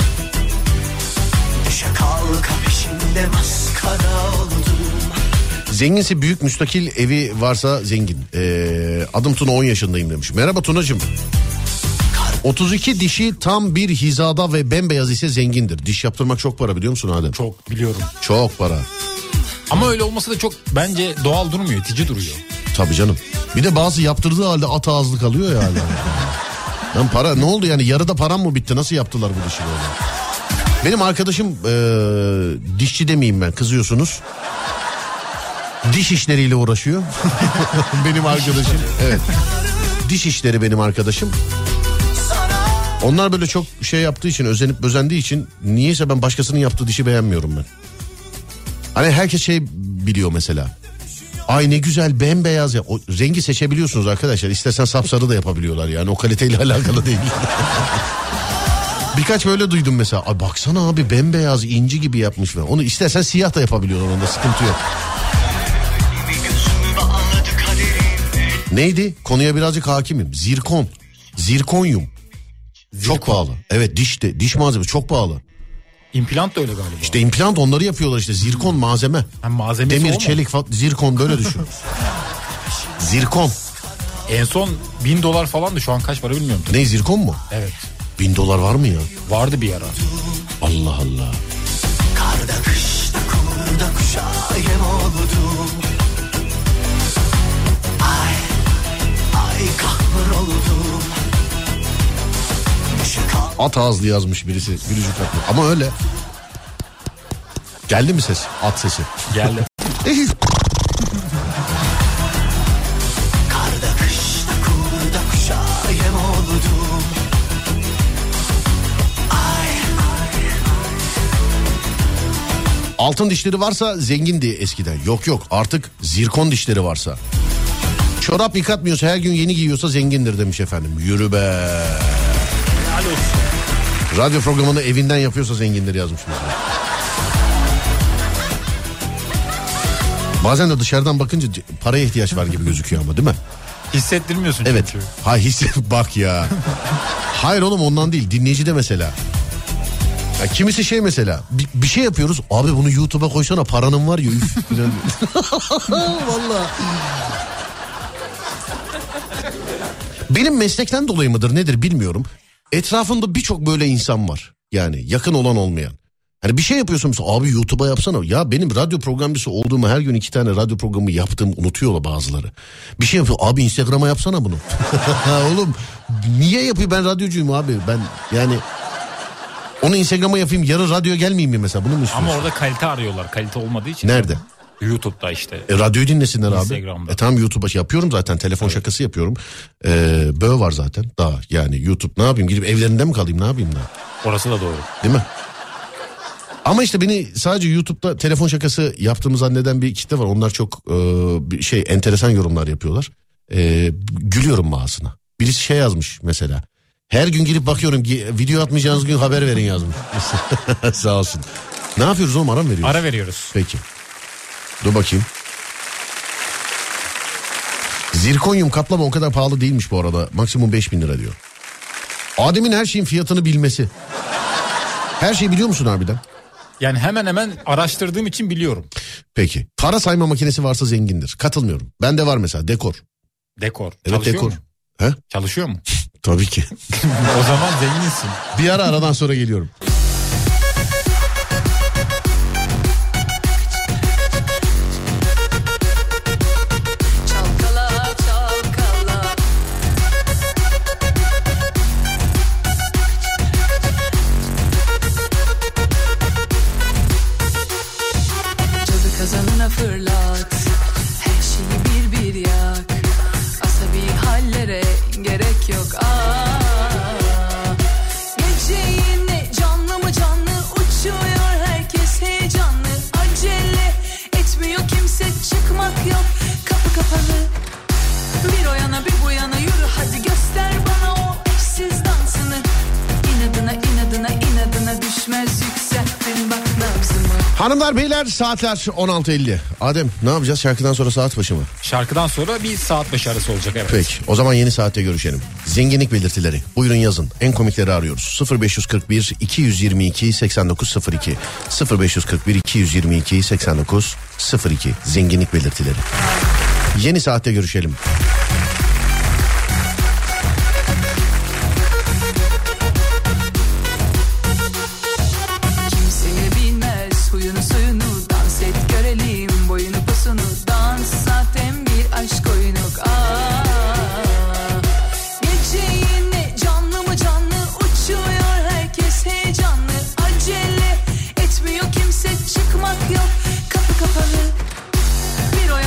Düşe kalka peşinde maskara oldum. Zenginse büyük müstakil evi varsa zengin. Ee, adım Tuna, on yaşındayım demiş. Merhaba Tunacığım. otuz iki dişi tam bir hizada ve bembeyaz ise zengindir. Diş yaptırmak çok para, biliyor musun Adem? Çok biliyorum. Çok para. Ama öyle olması da çok bence doğal durmuyor, itici duruyor. Tabii canım. Bir de bazı yaptırdığı halde at ağızlı kalıyor ya hala. Lan para ne oldu yani, yarıda param mı bitti, nasıl yaptılar bu dişi böyle? Benim arkadaşım ee, dişçi demeyeyim ben, kızıyorsunuz. Diş işleriyle uğraşıyor. Benim arkadaşım. Evet. Diş işleri benim arkadaşım. Onlar böyle çok şey yaptığı için, özenip özendiği için niyeyse ben başkasının yaptığı dişi beğenmiyorum ben. Hani herkes şey biliyor mesela. Ay ne güzel bembeyaz ya. O rengi seçebiliyorsunuz arkadaşlar. İstersen sapsarı da yapabiliyorlar yani. O kaliteyle alakalı değil. Birkaç böyle duydum mesela. Ay baksana abi bembeyaz inci gibi yapmış falan. Onu istersen siyah da yapabiliyorlar, onda sıkıntı yok. Neydi? Konuya birazcık hakimim. Zirkon. Zirkonyum. Zirkon. Çok pahalı. Evet diş de, diş malzemesi çok pahalı. İmplant da öyle galiba. İşte implant onları yapıyorlar işte. Zirkon malzeme. Ha, malzemesi demir, o mu? çelik falan. Zirkon böyle düşün. Zirkon. En son bin dolar falandı, şu an kaç para bilmiyorum. Tabii. Ne, zirkon mu? Evet. Bin dolar var mı ya? Vardı bir ara. Allah Allah. Karda kışta kurda kuşa yem oldum. Ay ay kahrolurdum. At ağızlı yazmış birisi. Gülücük atıyor. Ama öyle. Geldi mi ses? At sesi. Geldi. Karda kışta kurda kuşa yem oldum. Ay ay. Altın dişleri varsa zengindi eskiden. Yok yok, artık zirkon dişleri varsa. Çorap yıkatmıyorsa, her gün yeni giyiyorsa zengindir demiş efendim. Yürü be. Radyo programını evinden yapıyorsa zengindir yazmış mesela. Bazen de dışarıdan bakınca paraya ihtiyaç var gibi gözüküyor ama, değil mi? Hissettirmiyorsun evet. çünkü. Ha hisset bak ya. Hayır oğlum, ondan değil, dinleyici de mesela. Ya kimisi şey mesela, bir, bir şey yapıyoruz, abi bunu YouTube'a koysana paranın var ya. Üf, vallahi. Benim meslekten dolayı mıdır nedir bilmiyorum. Etrafımda birçok böyle insan var. Yani yakın olan olmayan. Hani bir şey yapıyorsun mesela, abi YouTube'a yapsana. Ya benim radyo programcısı olduğumu, her gün iki tane radyo programı yaptığımı unutuyorlar bazıları. Bir şey yapıyor, abi Instagram'a yapsana bunu. Oğlum niye yapıyor, ben radyocuyum abi. Ben yani onu Instagram'a yapayım, yarın radyoya gelmeyeyim mi mesela, bunu mu istiyorsun? Ama orada kalite arıyorlar, kalite olmadığı için. Nerede? YouTube'da işte. E, radyoyu dinlesinler abi. Instagram'da. E tamam, YouTube'a yapıyorum zaten, telefon evet. şakası yapıyorum. Ee, bö var zaten daha, yani YouTube ne yapayım, gidip evlerinde mi kalayım, ne yapayım daha? Orası da doğru. Değil mi? Ama işte beni sadece YouTube'da telefon şakası yaptığımı zanneden bir kitle var. Onlar çok e, bir şey enteresan yorumlar yapıyorlar. E, gülüyorum mağazına. Birisi şey yazmış mesela. Her gün girip bakıyorum, video atmayacağınız gün haber verin yazmış. Sağ olsun. Ne yapıyoruz oğlum, ara mı veriyoruz? Ara veriyoruz. Peki. Dur bakayım. Zirkonyum kaplama o kadar pahalı değilmiş bu arada. Maksimum beş bin lira diyor. Adem'in her şeyin fiyatını bilmesi. Her şeyi biliyor musun harbiden? Yani hemen hemen araştırdığım için biliyorum. Peki. Para sayma makinesi varsa zengindir. Katılmıyorum. Bende var mesela, dekor. Dekor. Evet, çalışıyor dekor. mu? He? Çalışıyor mu? Tabii ki. O zaman zenginsin. Bir ara aradan sonra geliyorum. Fırlat, her şeyi bir bir yak. Asabi hallere gerek yok. Aa, gece yine canlı mı canlı uçuyor herkes heyecanlı. Acele etmiyor kimse, çıkmak yok, kapı kapalı. Bir o yana bir bu yana yürü hadi, göster bana o eşsiz dansını. İnadına inadına inadına düşmez, yükselttin bak nabzımı. Hanımlar beyler, saatler on altı elli. Adem ne yapacağız, şarkıdan sonra saat başı mı? Şarkıdan sonra bir saat başı arası olacak, evet. Peki o zaman yeni saatte görüşelim. Zenginlik belirtileri, buyurun yazın, en komikleri arıyoruz. sıfır beş kırk bir iki yüz yirmi iki seksen dokuz sıfır iki sıfır beş kırk bir iki yüz yirmi iki seksen dokuz sıfır iki zenginlik belirtileri. Yeni saatte görüşelim. Bir o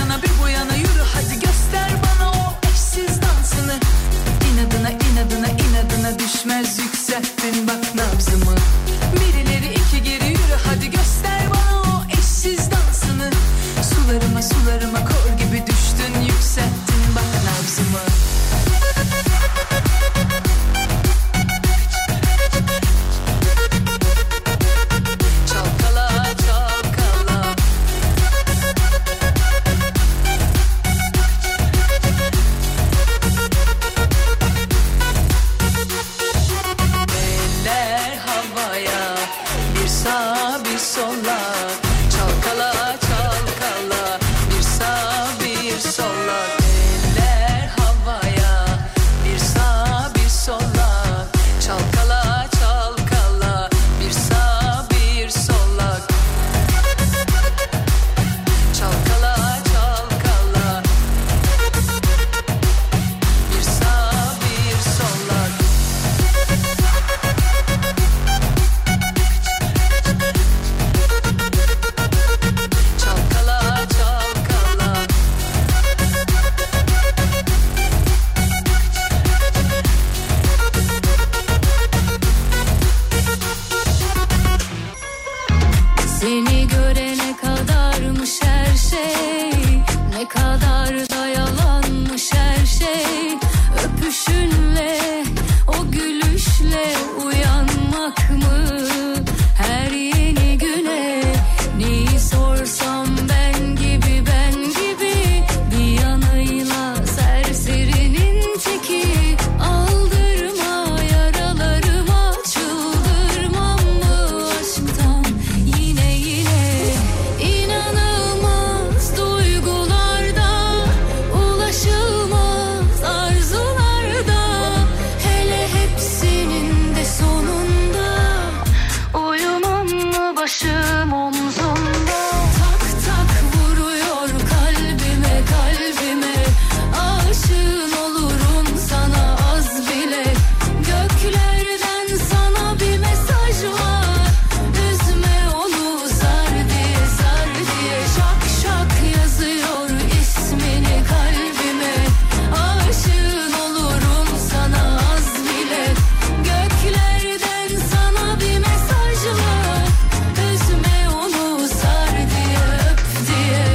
Beni görene kadarmış her şey, ne kadar da yalanmış her şey. Öpüşünle, o gülüşle uyanmak mı her yeni güne? Neyi sorsam ben gibi ben gibi, bir yanıyla serserinin teki. Aldırma yaralarıma, çıldırmam mı aşktan yine yine? İnanılmaz duygularda, ulaşılmaz arzularda, hele hepsinin de sonunda uyumam mı başım omzumda? Tak tak vuruyor kalbime kalbime, aşığın olurum sana az bile. Göklerden sana bir mesaj var, üzme onu sar diye sar diye. Şak şak yazıyor ismini kalbime, aşığın olurum sana az bile. Göklerden sana bir mesaj var, üzme onu sar diye öp diye.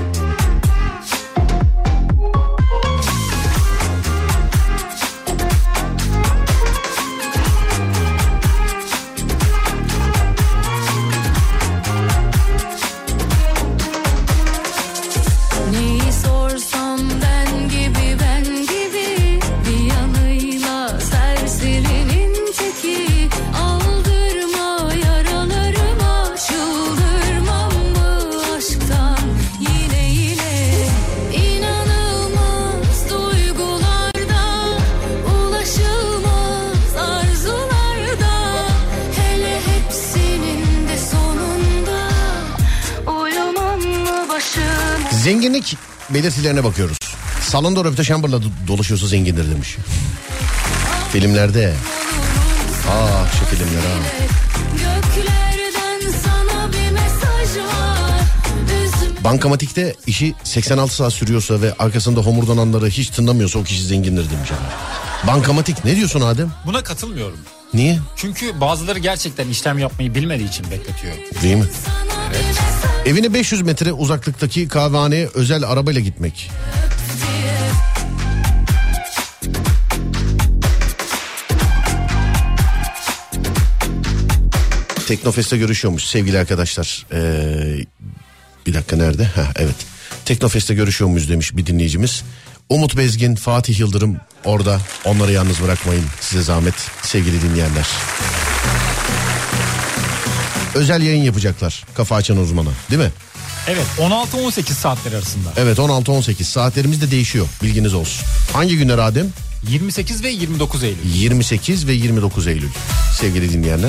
Neyi sorsam ben gibi ben gibi, bir yanıyla serserinin teki. Aldırma yaralarıma, çıldırmam mı aşktan yine yine? İnanılmaz duygularda, ulaşılmaz arzularda, hele hepsinin de sonunda uyumam mı başım? Zenginlik belirtilerine bakıyoruz. Salonda röpte şambırla do- dolaşıyorsa zengindir demiş. Filmlerde. Ah şu filmler ha. Göklerden sana bir mesaj var, üzme. Bankamatikte işi seksen altı saat sürüyorsa ve arkasında homurdananları hiç tınlamıyorsa o kişi zengindir demiş. Bankamatik ne diyorsun Adem? Buna katılmıyorum. Niye? Çünkü bazıları gerçekten işlem yapmayı bilmediği için bekletiyor. Değil mi? Sana bir mesaj Evine beş yüz metre uzaklıktaki kahvehaneye özel arabayla gitmek. diye. Teknofest'te görüşüyormuş sevgili arkadaşlar. Ee, bir dakika nerede? Ha evet. Teknofest'te görüşüyormuş demiş bir dinleyicimiz. Umut Bezgin, Fatih Yıldırım orada. Onları yalnız bırakmayın size zahmet sevgili dinleyenler. Özel yayın yapacaklar Kafa Açan Uzmanı değil mi? Evet, on altı on sekiz saatler arasında. Evet on altı on sekiz saatlerimiz de değişiyor bilginiz olsun. Hangi günler Adem? yirmi sekiz ve yirmi dokuz Eylül. yirmi sekiz ve yirmi dokuz Eylül sevgili dinleyenler.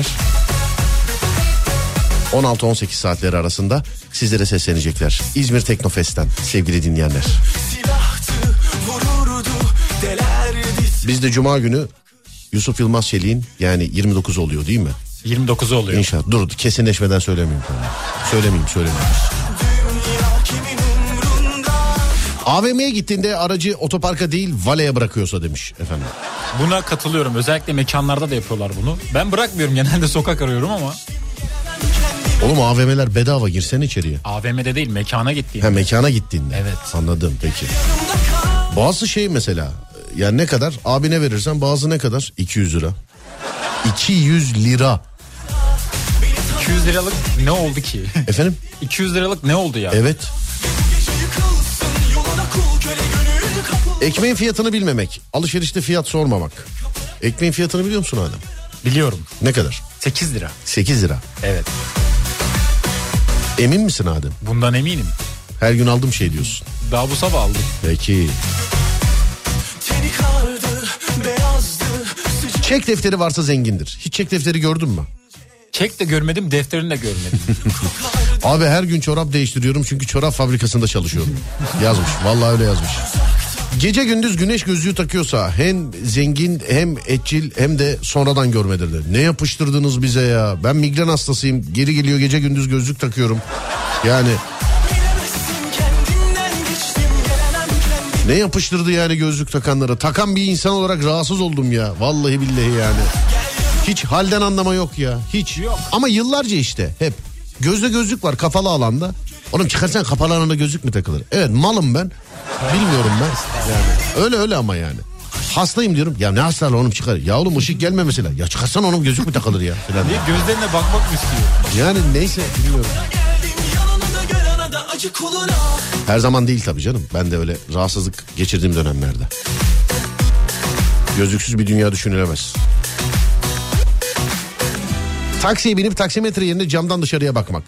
on altı on sekiz saatleri arasında sizlere seslenecekler. İzmir Teknofest'ten sevgili dinleyenler. Silahtı, vururdu, delerdi. Biz de Cuma günü Yusuf Yılmaz Çelik'in yani yirmi dokuz oluyor değil mi? yirmi dokuzu oluyor. İnşallah. Dur kesinleşmeden söylemeyeyim. Söylemeyeyim söylemeyeyim. Dünya kimin umrunda? A V M'ye gittiğinde aracı otoparka değil valeye bırakıyorsa demiş efendim. Buna katılıyorum. Özellikle mekanlarda da yapıyorlar bunu. Ben bırakmıyorum, genelde sokak arıyorum ama. Oğlum A V M'ler bedava, girsene içeriye. A V M'de değil, mekana gittiğimde. Ha mekana gittiğinde. Evet. Anladım peki. Bazı şey mesela yani ne kadar abine verirsen bazı ne kadar? iki yüz lira. iki yüz lira. iki yüz liralık ne oldu ki? Efendim? iki yüz liralık ne oldu ya? Evet. Gece yıkılsın, yoluna kul köle gönül kapı. Ekmeğin fiyatını bilmemek. Alışverişte fiyat sormamak. Ekmeğin fiyatını biliyor musun Adem? Biliyorum. Ne kadar? sekiz lira. sekiz lira. Evet. Emin misin Adem? Bundan eminim. Her gün aldım şey diyorsun. Daha bu sabah aldım. Peki. Teni kardı, beyazdı, sıcak. Çek defteri varsa zengindir. Hiç çek defteri gördün mü? Çek de görmedim, defterini de görmedim. Abi her gün çorap değiştiriyorum çünkü çorap fabrikasında çalışıyorum. Yazmış. Vallahi öyle yazmış. Gece gündüz güneş gözlüğü takıyorsa hem zengin hem etçil hem de sonradan görmedir de. Ne yapıştırdınız bize ya? Ben migren hastasıyım. Geri geliyor gece gündüz gözlük takıyorum. Yani ne yapıştırdı yani gözlük takanları? Takan bir insan olarak rahatsız oldum ya. Vallahi billahi yani. Hiç halden anlama yok ya. Hiç. Yok. Ama yıllarca işte hep. Gözde gözlük var kapalı alanda. Oğlum çıkarsan kapalı alanda gözlük mü takılır? Evet malım ben. Bilmiyorum ben. Yani öyle öyle ama yani. Hastayım diyorum. Ya ne hastalığı oğlum çıkar. Ya oğlum ışık gelme mesela. Ya çıkarsan oğlum gözlük mü takılır ya? Falan. Niye gözlerine bakmak mı istiyor? Yani neyse bilmiyorum. Her zaman değil tabii canım. Ben de öyle rahatsızlık geçirdiğim dönemlerde. Gözlüksüz bir dünya düşünülemez. Taksiye binip taksimetre yerine camdan dışarıya bakmak.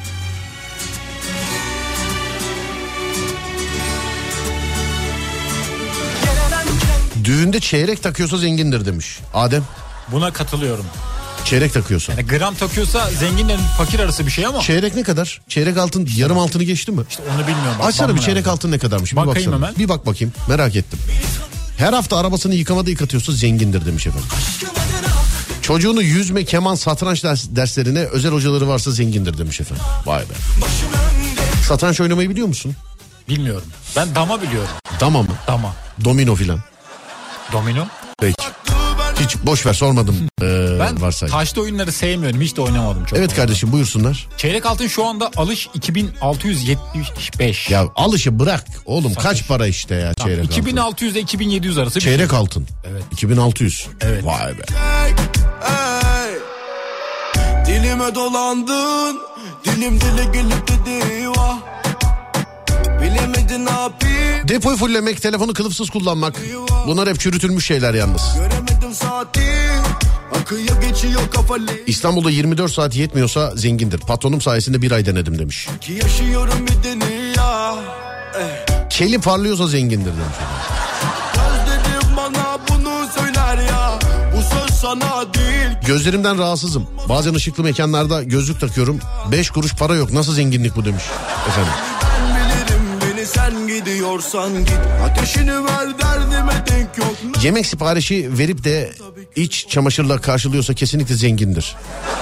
Düğünde çeyrek takıyorsa zengindir demiş Adem. Buna katılıyorum. Çeyrek takıyorsa. Yani gram takıyorsa zenginle fakir arası bir şey ama. Çeyrek ne kadar? Çeyrek altın işte yarım altını geçti mi? İşte onu bilmiyorum. Bak, açsana bir çeyrek altın ne kadarmış? Bir bakayım baksana. hemen. Bir bak bakayım merak ettim. Her hafta arabasını yıkamada yıkatıyorsa zengindir demiş efendim. Çocuğunu yüzme, keman, satranç ders, derslerine özel hocaları varsa zengindir demiş efendim. Vay be. Satranç oynamayı biliyor musun? Bilmiyorum. Ben dama biliyorum. Dama mı? Dama. Domino filan. Domino? Peki. Hiç boş ver sormadım. Ee, ben varsayım. taşlı oyunları sevmiyorum. Hiç de oynamadım çok. Evet kardeşim buyursunlar. Çeyrek altın şu anda alış iki bin altı yüz yetmiş beş. Ya alışı bırak oğlum. Satış. Kaç para işte ya tamam, çeyrek iki bin altı yüz altın. ile iki bin yedi yüz arası. Çeyrek şey. altın. Evet. iki bin altı yüz. Evet. Vay be. Hey, dilime dolandın. Dilim dile gelip dedi vah. Bilemedin ne yapayım. Depoyu fullemek, telefonu kılıfsız kullanmak. Bunlar hep çürütülmüş şeyler yalnız. Göremedim saati. Akıya geçiyor kafalı. İstanbul'da yirmi dört saat yetmiyorsa zengindir. Patronum sayesinde bir ay denedim demiş. Ki yaşıyorum bir dünya. Eh. Keli parlıyorsa zengindir demiş. Gözlerim bana bunu söyler ya. Bu söz sana değil. Gözlerimden rahatsızım. Bazen ışıklı mekanlarda gözlük takıyorum. Beş kuruş para yok. Nasıl zenginlik bu demiş. Efendim. Sen gidiyorsan git, ateşini ver derdime denk yok. Yemek siparişi verip de iç çamaşırla karşılıyorsa kesinlikle zengindir.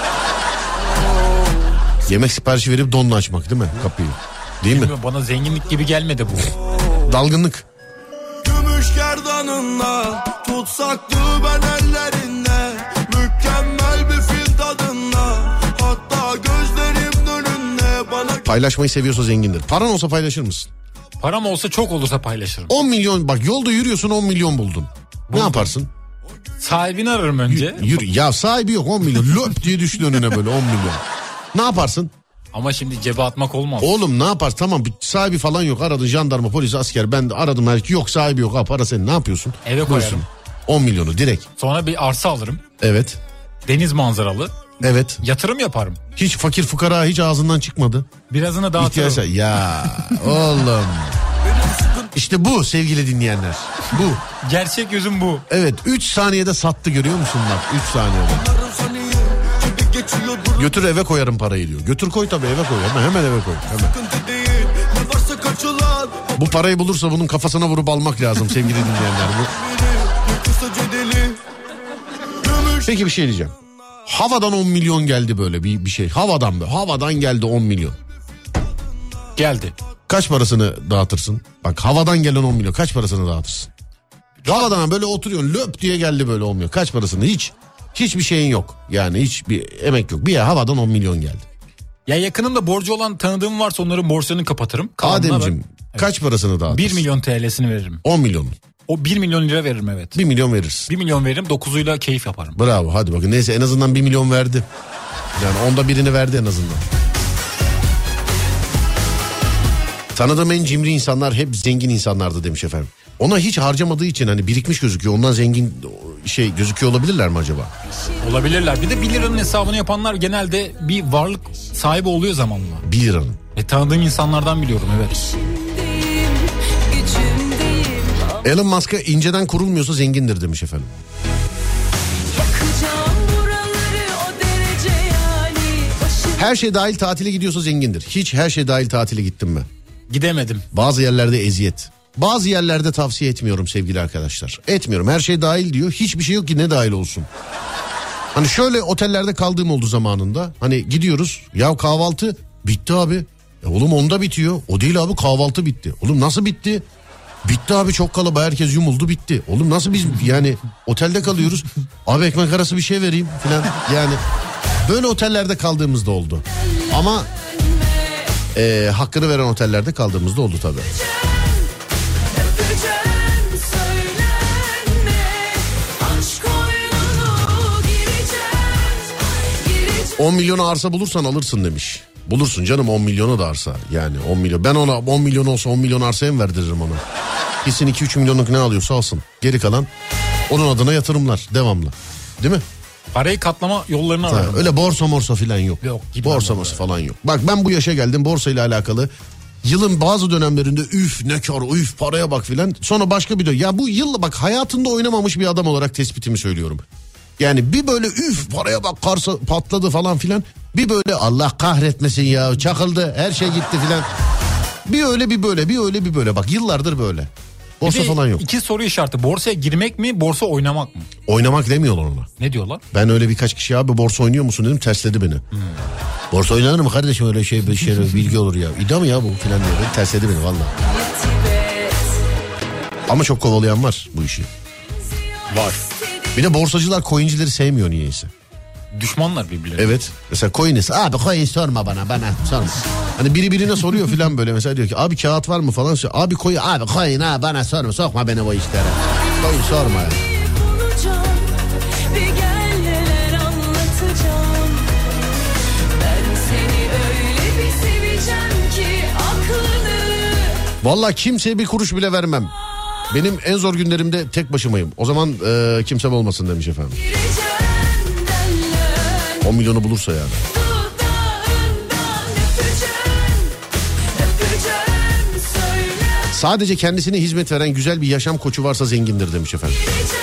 Yemek siparişi verip donla açmak değil mi kapıyı? Değil bilmiyorum, mi? bana zenginlik gibi gelmedi bu. Dalgınlık. Gümüş gerdanınla tutsaktı ben ellerinde. Mükemmel bir fil tadında. Hatta gözlerim önünde bana. Paylaşmayı seviyorsa zengindir. Paran olsa paylaşır mısın? Param olsa çok olursa paylaşırım. on milyon bak yolda yürüyorsun on milyon buldun. Ne yaparsın? Sahibini ararım önce. Yürü, ya sahibi yok on milyon. Löp diye düştü önüne böyle on milyon. Ne yaparsın? Ama şimdi cebe atmak olmaz. Oğlum ne yaparsın? Tamam sahibi falan yok. Aradın jandarma, polis, asker. Ben de aradım her yok sahibi yok. Ha para senin ne yapıyorsun? Eve koyarım. on milyonu direkt. Sonra bir arsa alırım. Evet. Deniz manzaralı. Evet. Yatırım yaparım. Hiç fakir fukara hiç ağzından çıkmadı. Birazını dağıtırım. İhtiyaç ya oğlum. İşte bu sevgili dinleyenler. Bu. Gerçek yüzüm bu. Evet üç saniyede sattı görüyor musun bak üç saniyede. Götür eve koyarım parayı diyor. Götür koy tabii eve koy. Hemen, hemen eve koy. Hemen. Bu parayı bulursa bunun kafasına vurup almak lazım sevgili dinleyenler. Bu. Peki bir şey diyeceğim. Havadan on milyon geldi böyle bir, bir şey. Havadan be. Havadan geldi on milyon. Geldi. Kaç parasını dağıtırsın? Bak havadan gelen on milyon kaç parasını dağıtırsın? Havadan böyle oturuyorsun löp diye geldi böyle on milyon. Kaç parasını? Hiç. Hiçbir şeyin yok. Yani hiçbir emek yok. Bir ya havadan on milyon geldi. Ya yakınımda borcu olan tanıdığım varsa onların borçlarını kapatırım. Kalanına Ademciğim ben... kaç parasını dağıtırsın? bir milyon T L'sini veririm. on milyon. O bir milyon lira veririm evet. bir milyon verirsin. bir milyon veririm dokuzuyla keyif yaparım. Bravo hadi bakın neyse en azından bir milyon verdi. Yani onda birini verdi en azından. Tanıdığım en cimri insanlar hep zengin insanlardı demiş efendim. Ona hiç harcamadığı için hani birikmiş gözüküyor. Ondan zengin şey gözüküyor olabilirler mi acaba? Olabilirler. Bir de bir liranın hesabını yapanlar genelde bir varlık sahibi oluyor zamanla. bir liranın. E tanıdığım insanlardan biliyorum evet. Elon Musk'a inceden kurulmuyorsa zengindir demiş efendim. Her şey dahil tatile gidiyorsa zengindir. Hiç her şey dahil tatile gittim mi? Gidemedim. Bazı yerlerde eziyet. Bazı yerlerde tavsiye etmiyorum sevgili arkadaşlar. Etmiyorum. Her şey dahil diyor. Hiçbir şey yok ki ne dahil olsun. Hani şöyle otellerde kaldığım oldu zamanında. Hani gidiyoruz. Ya kahvaltı bitti abi. E oğlum onda bitiyor. O değil abi kahvaltı bitti. Oğlum nasıl bitti? Bitti abi çok kalabalık herkes yumuldu bitti. Oğlum nasıl biz yani otelde kalıyoruz. Abi ekmek arası bir şey vereyim falan yani. Böyle otellerde kaldığımızda oldu. Ama e, hakkını veren otellerde kaldığımızda oldu tabii. on milyon arsa bulursan alırsın demiş. Bulursun canım, on milyona da arsa. Yani on milyon. Ben ona on milyon olsa on milyon arsaya mı verdiririm ona? Kesin iki üç milyonluk ne alıyorsa alsın. Geri kalan onun adına yatırımlar devamlı. Değil mi? Parayı katlama yollarını arıyorum. Öyle borsa morsa falan yok. Yok. Borsa morsa falan yok. Bak ben bu yaşa geldim, borsa ile alakalı. Yılın bazı dönemlerinde üf ne kar, üf paraya bak filan. Sonra başka bir dönem. Ya bu yıl bak hayatında oynamamış bir adam olarak tespitimi söylüyorum. Yani bir böyle üf paraya bak karsa patladı falan filan. Bir böyle Allah kahretmesin ya çakıldı her şey gitti filan. Bir öyle bir böyle bir öyle bir böyle bak yıllardır böyle. Borsa falan yok. İki soru işareti, borsaya girmek mi borsa oynamak mı? Oynamak demiyorlar ona. Ne diyorlar? Ben öyle birkaç kişi abi borsa oynuyor musun dedim, tersledi beni. Hmm. Borsa oynanır mı kardeşim, öyle şey bir şey bilgi olur ya. İddia mı ya bu filan diyor. Tersledi beni valla. Ama çok kovalayan var bu işi. Var. Bir de borsacılar coincileri sevmiyor niyeyse. Düşmanlar birbirlerine. Evet. Mesela coin'is. Abi coin sorma bana bana sorma. Hani biri birine soruyor filan böyle, mesela diyor ki abi kağıt var mı falan. Abi coin, abi coin ha bana sorma, sokma beni o işlere. Coin sorma ya. Vallahi kimseye bir kuruş bile vermem. Benim en zor günlerimde tek başımayım. O zaman e, kimsem olmasın demiş efendim. on milyonu bulursa yani. Sadece kendisine hizmet veren güzel bir yaşam koçu varsa zengindir demiş efendim.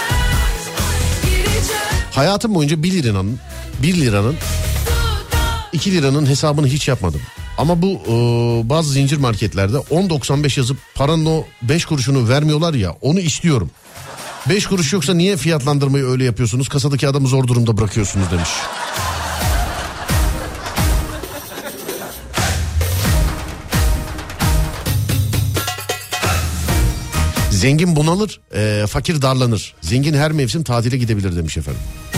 Hayatım boyunca bir liranın, bir liranın, iki liranın hesabını hiç yapmadım. Ama bu e, bazı zincir marketlerde on doksan beş yazıp paranın o beş kuruşunu vermiyorlar ya, onu istiyorum. beş kuruş yoksa niye fiyatlandırmayı öyle yapıyorsunuz? Kasadaki adamı zor durumda bırakıyorsunuz demiş. Zengin bunalır, e, fakir darlanır. Zengin her mevsim tatile gidebilir demiş efendim.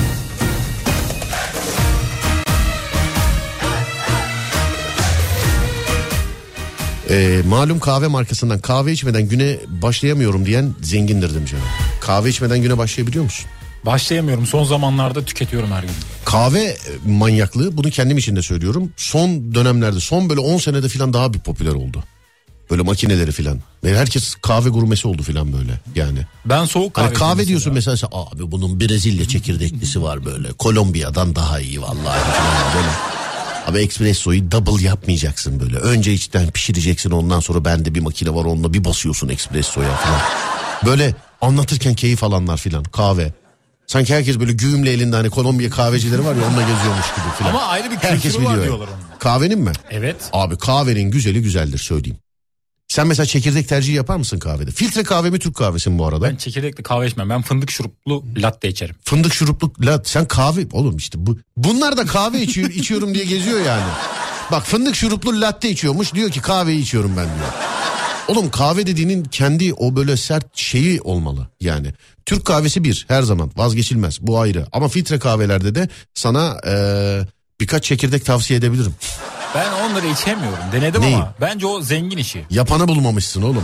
E, malum kahve markasından kahve içmeden güne başlayamıyorum diyen zengindir demiş efendim. Kahve içmeden güne başlayabiliyor musun? Başlayamıyorum. Son zamanlarda tüketiyorum her gün. Kahve manyaklığı, bunu kendim için de söylüyorum. Son dönemlerde, son böyle on senede falan daha bir popüler oldu. Böyle makineleri filan. Herkes kahve gurmesi oldu filan böyle yani. Ben soğuk kahve. Hani kahve diyorsun mesela, abi bunun Brezilya çekirdeklisi var böyle. Kolombiya'dan daha iyi vallahi falan böyle. Abi espressoyu double yapmayacaksın böyle. Önce içten pişireceksin, ondan sonra bende bir makine var onunla bir basıyorsun espressoya falan. Böyle anlatırken keyif alanlar filan, kahve. Sanki herkes böyle güğümle elinde, hani Kolombiya kahvecileri var ya, onunla geziyormuş gibi filan. Ama ayrı bir kültürü var diyorlar onun. Kahvenin mi? Evet. Abi kahvenin güzeli güzeldir söyleyeyim. Sen mesela çekirdek tercihi yapar mısın kahvede? Filtre kahve mi, Türk kahvesi mi bu arada? Ben çekirdekli kahve içmem. Ben fındık şuruplu latte içerim. Fındık şuruplu latte. Sen kahve... Oğlum işte bu... Bunlar da kahve içiyor, içiyorum diye geziyor yani. Bak fındık şuruplu latte içiyormuş. Diyor ki kahveyi içiyorum ben diyor. Oğlum kahve dediğinin kendi o böyle sert şeyi olmalı yani. Türk kahvesi bir, her zaman vazgeçilmez, bu ayrı. Ama filtre kahvelerde de sana ee, birkaç çekirdek tavsiye edebilirim. Ben onları içemiyorum. Denedim Neyi? ama bence o zengin işi. Yapanı bulmamışsın oğlum.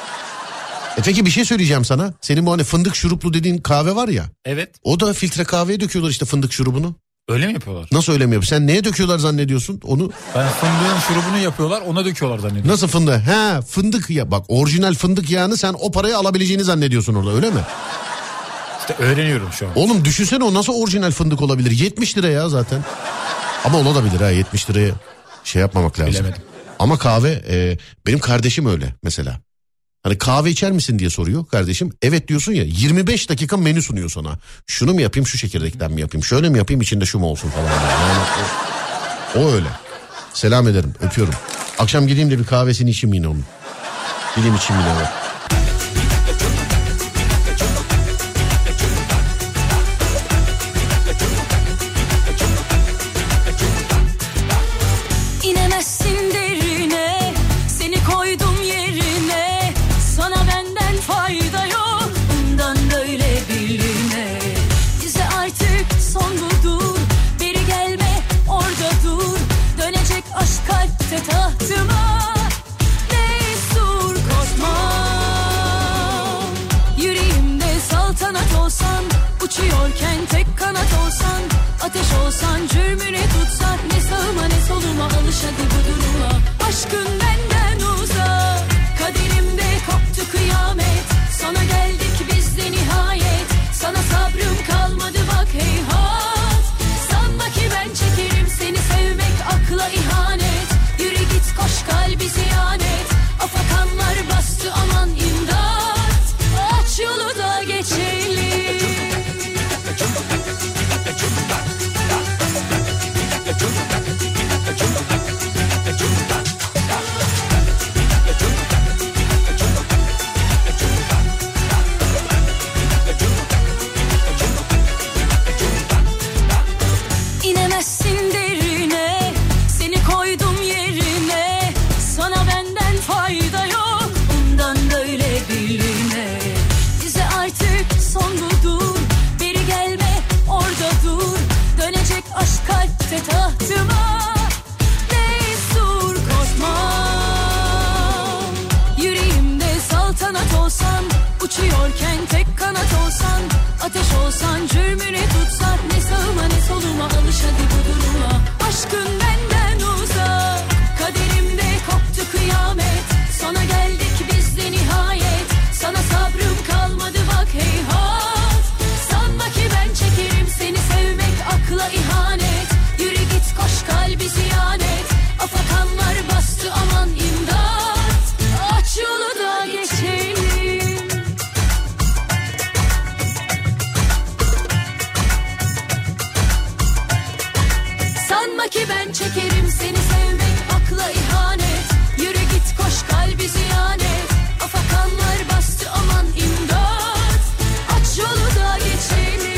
E peki bir şey söyleyeceğim sana. Senin bu hani fındık şuruplu dediğin kahve var ya. Evet. O da filtre kahveye döküyorlar işte fındık şurubunu. Öyle mi yapıyorlar? Nasıl öyle mi yapıyor? Sen neye döküyorlar zannediyorsun onu? Ben fındığın şurubunu yapıyorlar, ona döküyorlar zannediyorum. Nasıl fındık? He fındık ya, bak orijinal fındık yağını sen o parayı alabileceğini zannediyorsun orada, öyle mi? İşte öğreniyorum şu an. Oğlum düşünsene, o nasıl orijinal fındık olabilir? yetmiş lira ya zaten. Ama olabilir ha, yetmiş liraya şey yapmamak lazım. Bilemedim. Ama kahve e, benim kardeşim öyle mesela. Hani kahve içer misin diye soruyor kardeşim. Evet diyorsun ya, yirmi beş dakika menü sunuyor sana. Şunu mu yapayım, şu çekirdekten mi yapayım, şöyle mi yapayım, içinde şu mu olsun falan. Yani o, o öyle. Selam ederim, öpüyorum. Akşam gideyim de bir kahvesini içeyim yine onun. Gideyim içeyim yine. alış hadi bu duruma. Aşkın benden uzak, kaderimde koptu kıyamet. Sana geldik biz de nihayet, sana sabrım kalmadı bak heyhat. Sanma ki ben çekerim seni, sevmek akla ihanet. Yürü git koş kalbi ziyanet, afakanlar bastı aman imdat. Aç yolu da geçelim. İnemezsin derine, seni koydum yerine. Sana benden fayda yok, bundan böyle birine. Bize artık son budur, beri gelme orada dur. Dönecek aşk kalpte tahtıma, destur korkmam. Yüreğimde saltanat olsan, uçuyorken tek kanat olsan. Ateş olsan, cürmüne tutsan, ne sağıma ne soluma alış hadi bu duruma. Aşkın benden uzak, kaderimde koptu kıyamet. Sana geldik biz de nihayet, sana sabrım kalmadı bak heyhat. Sanma ki ben çekerim seni, sevmek akla ihanet. Yürü git koş kalbi ziyanet, afakanlar bastı aman imdat. Aç yolu da geçelim. Sanma ki ben çekerim seni, sevmek akla ihanet. Yürü git koş kalbi ziyanet, afakanlar bastı aman imdat. Aç yolu da geçelim.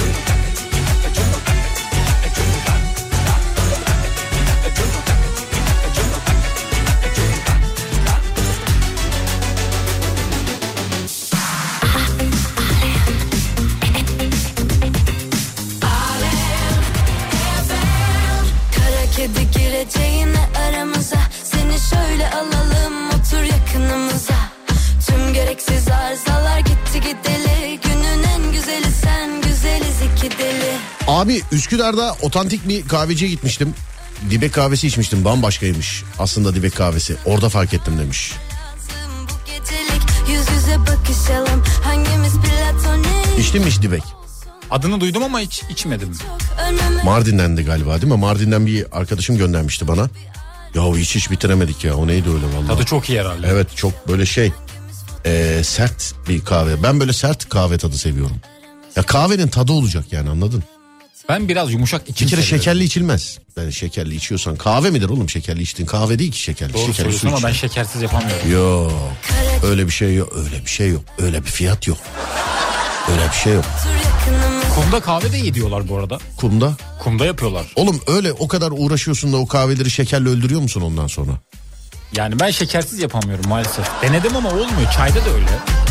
Kara kedi gireceğine aramıza, seni şöyle alalım otur yakınımıza. Tüm gereksiz arızalar gitti gideli, günün en güzeli sen, güzeliz iki deli. Abi Üsküdar'da otantik bir kahveciye gitmiştim. Dibek kahvesi içmiştim, bambaşkaymış aslında Dibek kahvesi. Orada fark ettim demiş. Bu gecelik yüz yüze bakışalım, hangimiz platonik? İçtin mi hiç Dibek? Adını duydum ama hiç içmedim. Önüme Mardin'dendi galiba değil mi? Mardin'den bir arkadaşım göndermişti bana. Ya hiç hiç bitiremedik ya, o neydi öyle vallahi. Tadı çok iyi herhalde. Evet, çok böyle şey e, sert bir kahve. Ben böyle sert kahve tadı seviyorum. Ya kahvenin tadı olacak yani, anladın? Ben biraz yumuşak içim Bir kere seviyorum. şekerli içilmez. Yani şekerli içiyorsan kahve midir oğlum, şekerli içtiğin kahve değil ki şekerli. Doğru şekerli söylüyorsun ama ben içeceksin. şekersiz yapamıyorum. Yok öyle bir şey yok, öyle bir şey yok, öyle bir fiyat yok. Öyle bir şey yok. otur yakınımıza. Kumda kahve de iyi diyorlar bu arada. Kumda. Kumda yapıyorlar. Oğlum öyle o kadar uğraşıyorsun da o kahveleri şekerle öldürüyor musun ondan sonra? Yani ben şekersiz yapamıyorum maalesef. Denedim ama olmuyor. Çayda da öyle.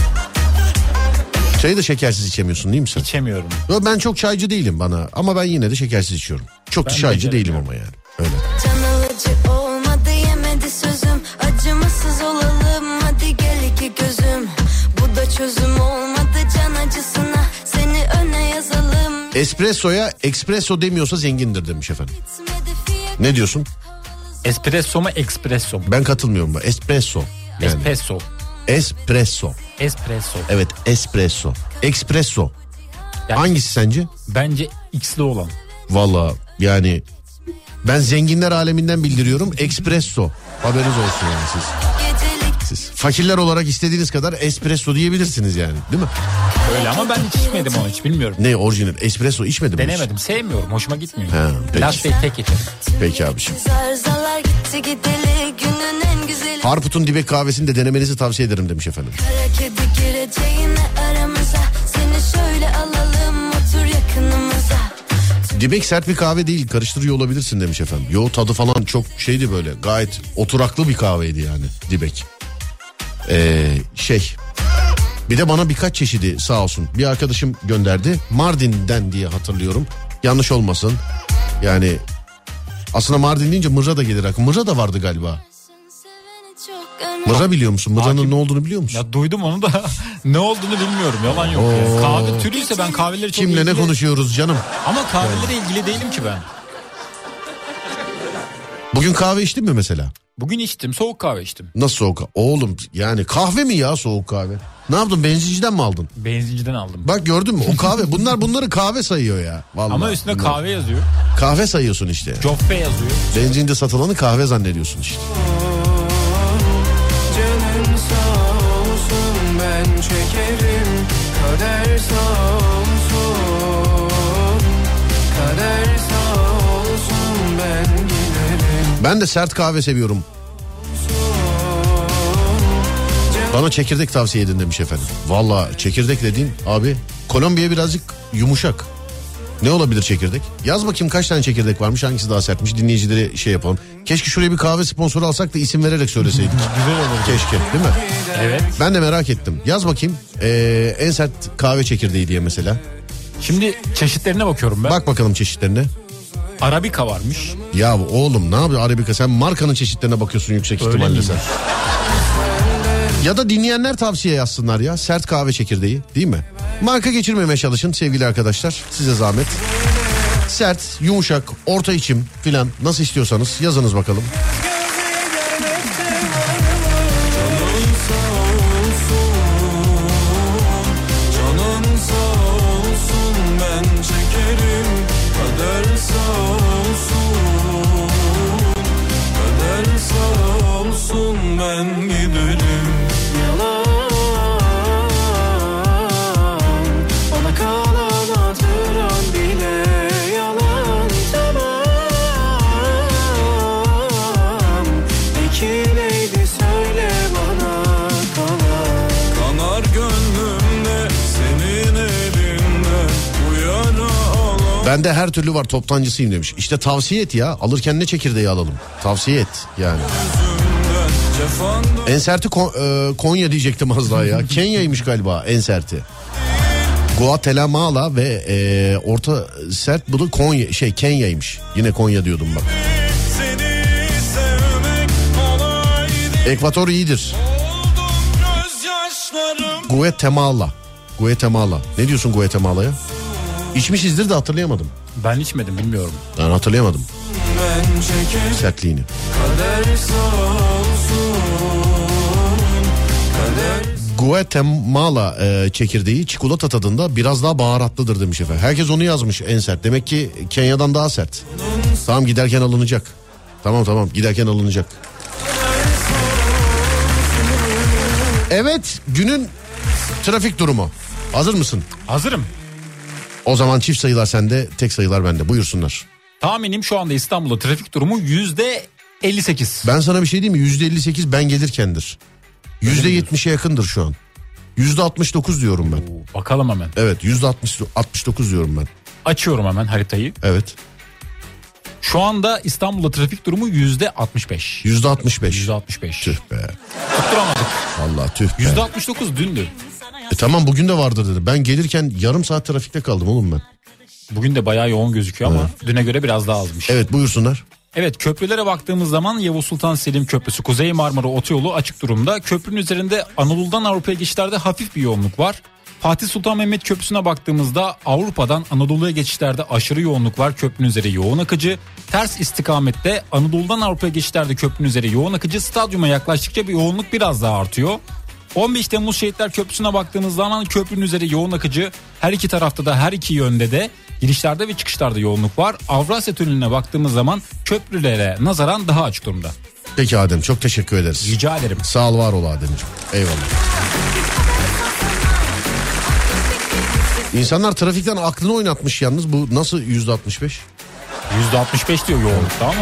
Çayı da şekersiz içemiyorsun değil mi sen? İçemiyorum. Yo, ben çok çaycı değilim bana ama ben yine de şekersiz içiyorum. Çok da Ben çaycı değilim beceremiyorum. ama yani. Öyle. Can alıcı olmadı yemedi sözüm, acımasız olalım hadi gel iki gözüm. Bu da çözüm olmadı can acısına, seni öne yazalım. Espresso'ya espresso demiyorsa zengindir demiş efendim. Ne diyorsun? Espresso mu espresso mu? Ben katılmıyorum bu. Espresso. Yani. Espresso. Espresso. Espresso. Evet, espresso. Espresso. Yani Hangisi sence? bence X'li olan. Valla yani ben zenginler aleminden bildiriyorum. Espresso. Haberiniz olsun yani siz. Siz fakirler olarak istediğiniz kadar espresso diyebilirsiniz yani, değil mi? Öyle ama ben hiç içmedim onu, hiç bilmiyorum. Ne orijinal espresso içmedim. Denemedim, sevmiyorum, hoşuma gitmiyor. Ha, peki. Latte tek içerim. Peki abiciğim. Zarzalar gitti gideli, günün en güzeli. Harput'un Dibek kahvesini de denemenizi tavsiye ederim demiş efendim. Kara kedi gireceğine aramıza, seni şöyle alalım otur yakınımıza. Dibek sert bir kahve değil, karıştırıyor olabilirsin demiş efendim. Yo, tadı falan çok şeydi, böyle gayet oturaklı bir kahveydi yani Dibek. Ee, şey bir de bana birkaç çeşidi sağ olsun bir arkadaşım gönderdi. Mardin'den diye hatırlıyorum. Yanlış olmasın. Yani aslında Mardin deyince Mırra da gelir aklıma. Mırra da vardı galiba. Mırra biliyor musun? Mırra'nın Hakim. ne olduğunu biliyor musun? Ya duydum onu da ne olduğunu bilmiyorum, yalan yok. Ya. Kahve türüyse ben kahveleri çok Kimle ilgili... ne konuşuyoruz canım? Ama kahvelere ilgili değilim ki ben. Bugün kahve içtin mi mesela? Bugün içtim, soğuk kahve içtim. Nasıl soğuk? Oğlum yani kahve mi ya soğuk kahve? Ne yaptın, benzinciden mi aldın? Benzinciden aldım. Bak gördün mü, o kahve, bunlar bunları kahve sayıyor ya. Vallahi Ama üstünde bunlar. kahve yazıyor. Kahve sayıyorsun işte. Coffe yazıyor. Benzincide satılanı kahve zannediyorsun işte. Canın sağ olsun, ben çekerim. Kader sağ olsun, kader sağ olsun, ben giderim. Ben de sert kahve seviyorum. Bana çekirdek tavsiye edin demiş efendim. Valla çekirdek dediğin abi, Kolombiya birazcık yumuşak. Ne olabilir çekirdek? Yaz bakayım kaç tane çekirdek varmış, hangisi daha sertmiş, dinleyicileri şey yapalım. Keşke şuraya bir kahve sponsoru alsak da isim vererek söyleseydik. Güzel olur. Keşke, değil mi? Evet. Ben de merak ettim. Yaz bakayım ee, en sert kahve çekirdeği diye mesela. Şimdi çeşitlerine bakıyorum ben. Bak bakalım çeşitlerine. Arabika varmış. Ya oğlum ne yapıyor Arabika, sen markanın çeşitlerine bakıyorsun yüksek Öyle ihtimalle miymiş? sen. Ya da dinleyenler tavsiye yazsınlar ya, sert kahve çekirdeği, değil mi? Marka geçirmemeye çalışın sevgili arkadaşlar, size zahmet. Sert, yumuşak, orta içim filan, nasıl istiyorsanız yazınız bakalım. Canın sağ olsun, ben çekerim. Kader sağ olsun, kader sağ olsun, ben giderim. Yalan, bana kalan hatıran bile yalan, tamam. Ekileydi söyle bana kalan. Kanar gönlümde senin elinden, bu yara alan. Bende her türlü var, toptancısıyım demiş. İşte tavsiye et ya, alırken ne çekirdeği alalım, tavsiye et yani. En serti Kon- e, Konya diyecektim az daha ya. Kenya'ymış galiba en serti. Guatemala ve e, orta sert, bu da Konya şey Kenya'ymış. Yine Konya diyordum bak. Ekvator iyidir. Guatemala. Guatemala. Ne diyorsun Guatemala'ya? İçmişizdir de hatırlayamadım. Ben içmedim, bilmiyorum. Ben hatırlayamadım Ben çekerim. sertliğini. Kader sağ olsun, kader. Guatemala e, çekirdeği çikolata tadında, biraz daha baharatlıdır demiş efendim. Herkes onu yazmış en sert. Demek ki Kenya'dan daha sert. Tamam, giderken alınacak. Tamam tamam giderken alınacak. Evet, günün trafik durumu. Hazır mısın? Hazırım. O zaman çift sayılar sende, tek sayılar bende. Buyursunlar. Tahminim şu anda İstanbul'da trafik durumu yüzde elli sekiz. Ben sana bir şey diyeyim mi? Yüzde elli sekiz ben gelirkendir. Yüzde yetmişe yakındır şu an. Yüzde altmış dokuz diyorum ben. Bakalım hemen. Evet, yüzde altmış dokuz diyorum ben. Açıyorum hemen haritayı. Evet. Şu anda İstanbul'da trafik durumu yüzde altmış beş. Yüzde altmış beş. Yüzde altmış beş. Tüh be. Tutturamadık. Vallahi tüh be. Yüzde altmış dokuz dündü. E tamam, bugün de vardır dedi. Ben gelirken yarım saat trafikte kaldım oğlum ben. Bugün de bayağı yoğun gözüküyor ama düne göre biraz daha azmış. Evet, buyursunlar. Evet, köprülere baktığımız zaman Yavuz Sultan Selim Köprüsü, Kuzey Marmara Otoyolu açık durumda. Köprünün üzerinde Anadolu'dan Avrupa'ya geçişlerde hafif bir yoğunluk var. Fatih Sultan Mehmet Köprüsü'ne baktığımızda Avrupa'dan Anadolu'ya geçişlerde aşırı yoğunluk var. Köprünün üzeri yoğun akıcı. Ters istikamette Anadolu'dan Avrupa'ya geçişlerde köprünün üzeri yoğun akıcı. Stadyuma yaklaştıkça bir yoğunluk biraz daha artıyor. on beş Temmuz Şehitler Köprüsü'ne baktığımız zaman köprünün üzeri yoğun akıcı. Her iki tarafta da, her iki yönde de girişlerde ve çıkışlarda yoğunluk var. Avrasya Tüneli'ne baktığımız zaman köprülere nazaran daha açık durumda. Peki Adem, çok teşekkür ederiz. Rica ederim. Sağ ol, var ol Ademciğim. Eyvallah. İnsanlar trafikten aklını oynatmış yalnız. Bu nasıl yüzde altmış beş? yüzde altmış beş diyor yoğunlukta ama.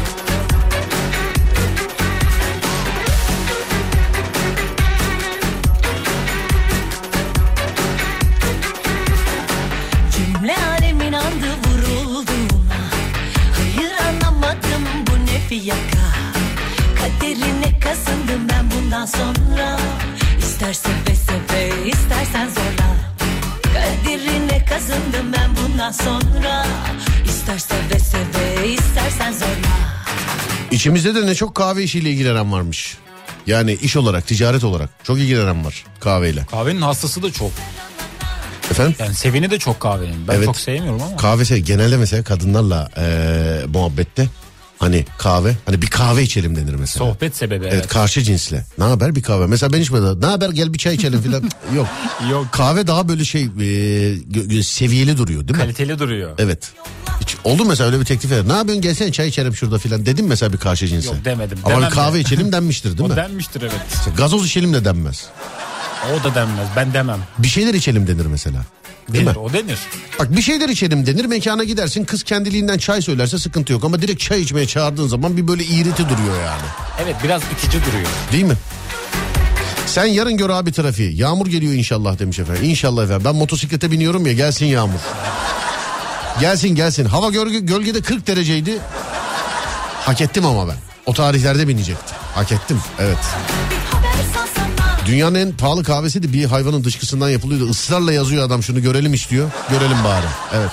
Cümle alem inandı vurulduğuna. Hayır anlamadım bu ne fiyaka. Kaderine kazındım ben bundan sonra. İstersen seve seve, istersen zorla. Kaderine kazındım ben bundan sonra. İstersen seve seve, istersen zorla. İçimizde de ne çok kahve işiyle ilgilenen varmış. Yani iş olarak, ticaret olarak çok ilgilenen var kahveyle. Kahvenin hastası da çok. Efendim? Yani seveni de çok kahvenin. Ben Evet. çok sevmiyorum ama. Kahve genelde mesela kadınlarla ee, muhabbette Hani kahve, hani bir kahve içelim denir mesela. Sohbet sebebi. Evet, evet. karşı cinsle. Ne haber bir kahve? Mesela ben içmedim. Ne haber gel bir çay içelim falan. Yok. Yok. Kahve daha böyle şey e, gö- gö- seviyeli duruyor değil mi? Kaliteli duruyor. Evet. Hiç, oldu mesela öyle bir teklif eder. Ne yapıyorsun gelsene çay içelim şurada filan. Dedim mesela bir karşı cinse. Yok demedim. Ama Demem kahve de. içelim denmiştir değil O mi? denmiştir evet. İşte gazoz içelim de denmez. O da denmez. Ben demem. Bir şeyler içelim denir mesela. Değil Denir, mi? o denir. Bak bir şeyler içelim denir, mekana gidersin, kız kendiliğinden çay söylerse sıkıntı yok. Ama direkt çay içmeye çağırdığın zaman bir böyle iğreti duruyor yani. Evet, biraz itici duruyor. Değil mi? Sen yarın gör abi trafiği. Yağmur geliyor inşallah demiş efendim. İnşallah efendim. Ben motosiklete biniyorum ya, gelsin yağmur. Gelsin gelsin. Hava gölge, gölgede kırk dereceydi. Hak ettim ama ben. O tarihlerde binecektim. Hak ettim. Evet. Dünyanın en pahalı kahvesi de bir hayvanın dışkısından yapılıyordu. Israrla yazıyor adam, şunu görelim istiyor. Görelim bari. Evet.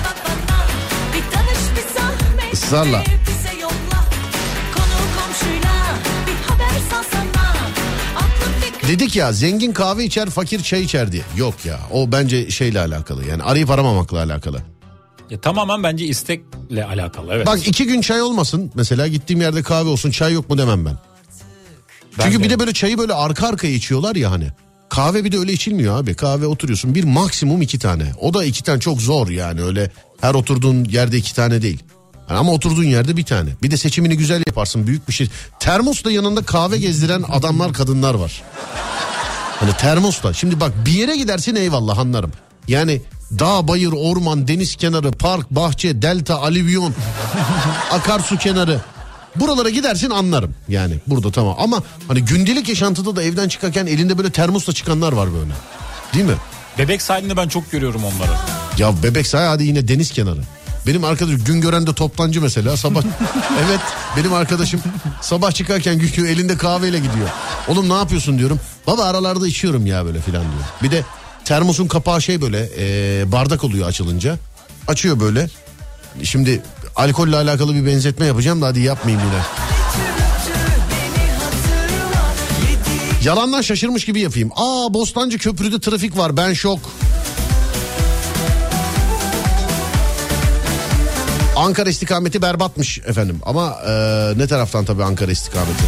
Israrla. Dedik ya zengin kahve içer, fakir çay içer diye. Yok ya, o bence şeyle alakalı. Yani arayıp aramamakla alakalı. Ya, tamamen bence istekle alakalı. Evet. Bak iki gün çay olmasın mesela, gittiğim yerde kahve olsun, çay yok mu demem ben. Ben Çünkü de. bir de böyle çayı böyle arka arkaya içiyorlar ya hani. Kahve bir de öyle içilmiyor abi. Kahve oturuyorsun bir, maksimum iki tane. O da iki tane çok zor yani, öyle her oturduğun yerde iki tane değil. Yani ama oturduğun yerde bir tane. Bir de seçimini güzel yaparsın, büyük bir şey. Termosla yanında kahve gezdiren adamlar, kadınlar var. Hani termosla. Şimdi bak bir yere gidersin eyvallah, anlarım. Yani dağ, bayır, orman, deniz kenarı, park, bahçe, delta, alüvyon, akarsu kenarı. Buralara gidersin anlarım yani, burada tamam. Ama hani gündelik yaşantıda da evden çıkarken elinde böyle termosla çıkanlar var böyle. Değil mi? Bebek sahilinde ben çok görüyorum onları. Ya bebek sahil, hadi yine deniz kenarı. Benim arkadaşım Güngören'de toptancı mesela sabah. Evet, benim arkadaşım sabah çıkarken Güngör elinde kahveyle gidiyor. Oğlum ne yapıyorsun diyorum. Baba aralarda içiyorum ya böyle filan diyor. Bir de termosun kapağı şey böyle e, bardak oluyor açılınca. Açıyor böyle. Şimdi alkolle alakalı bir benzetme yapacağım da hadi yapmayayım yine. Yalandan şaşırmış gibi yapayım. Aa, Bostancı Köprü'de trafik var, ben şok. Ankara istikameti berbatmış efendim. Ama e, ne taraftan tabii Ankara istikameti?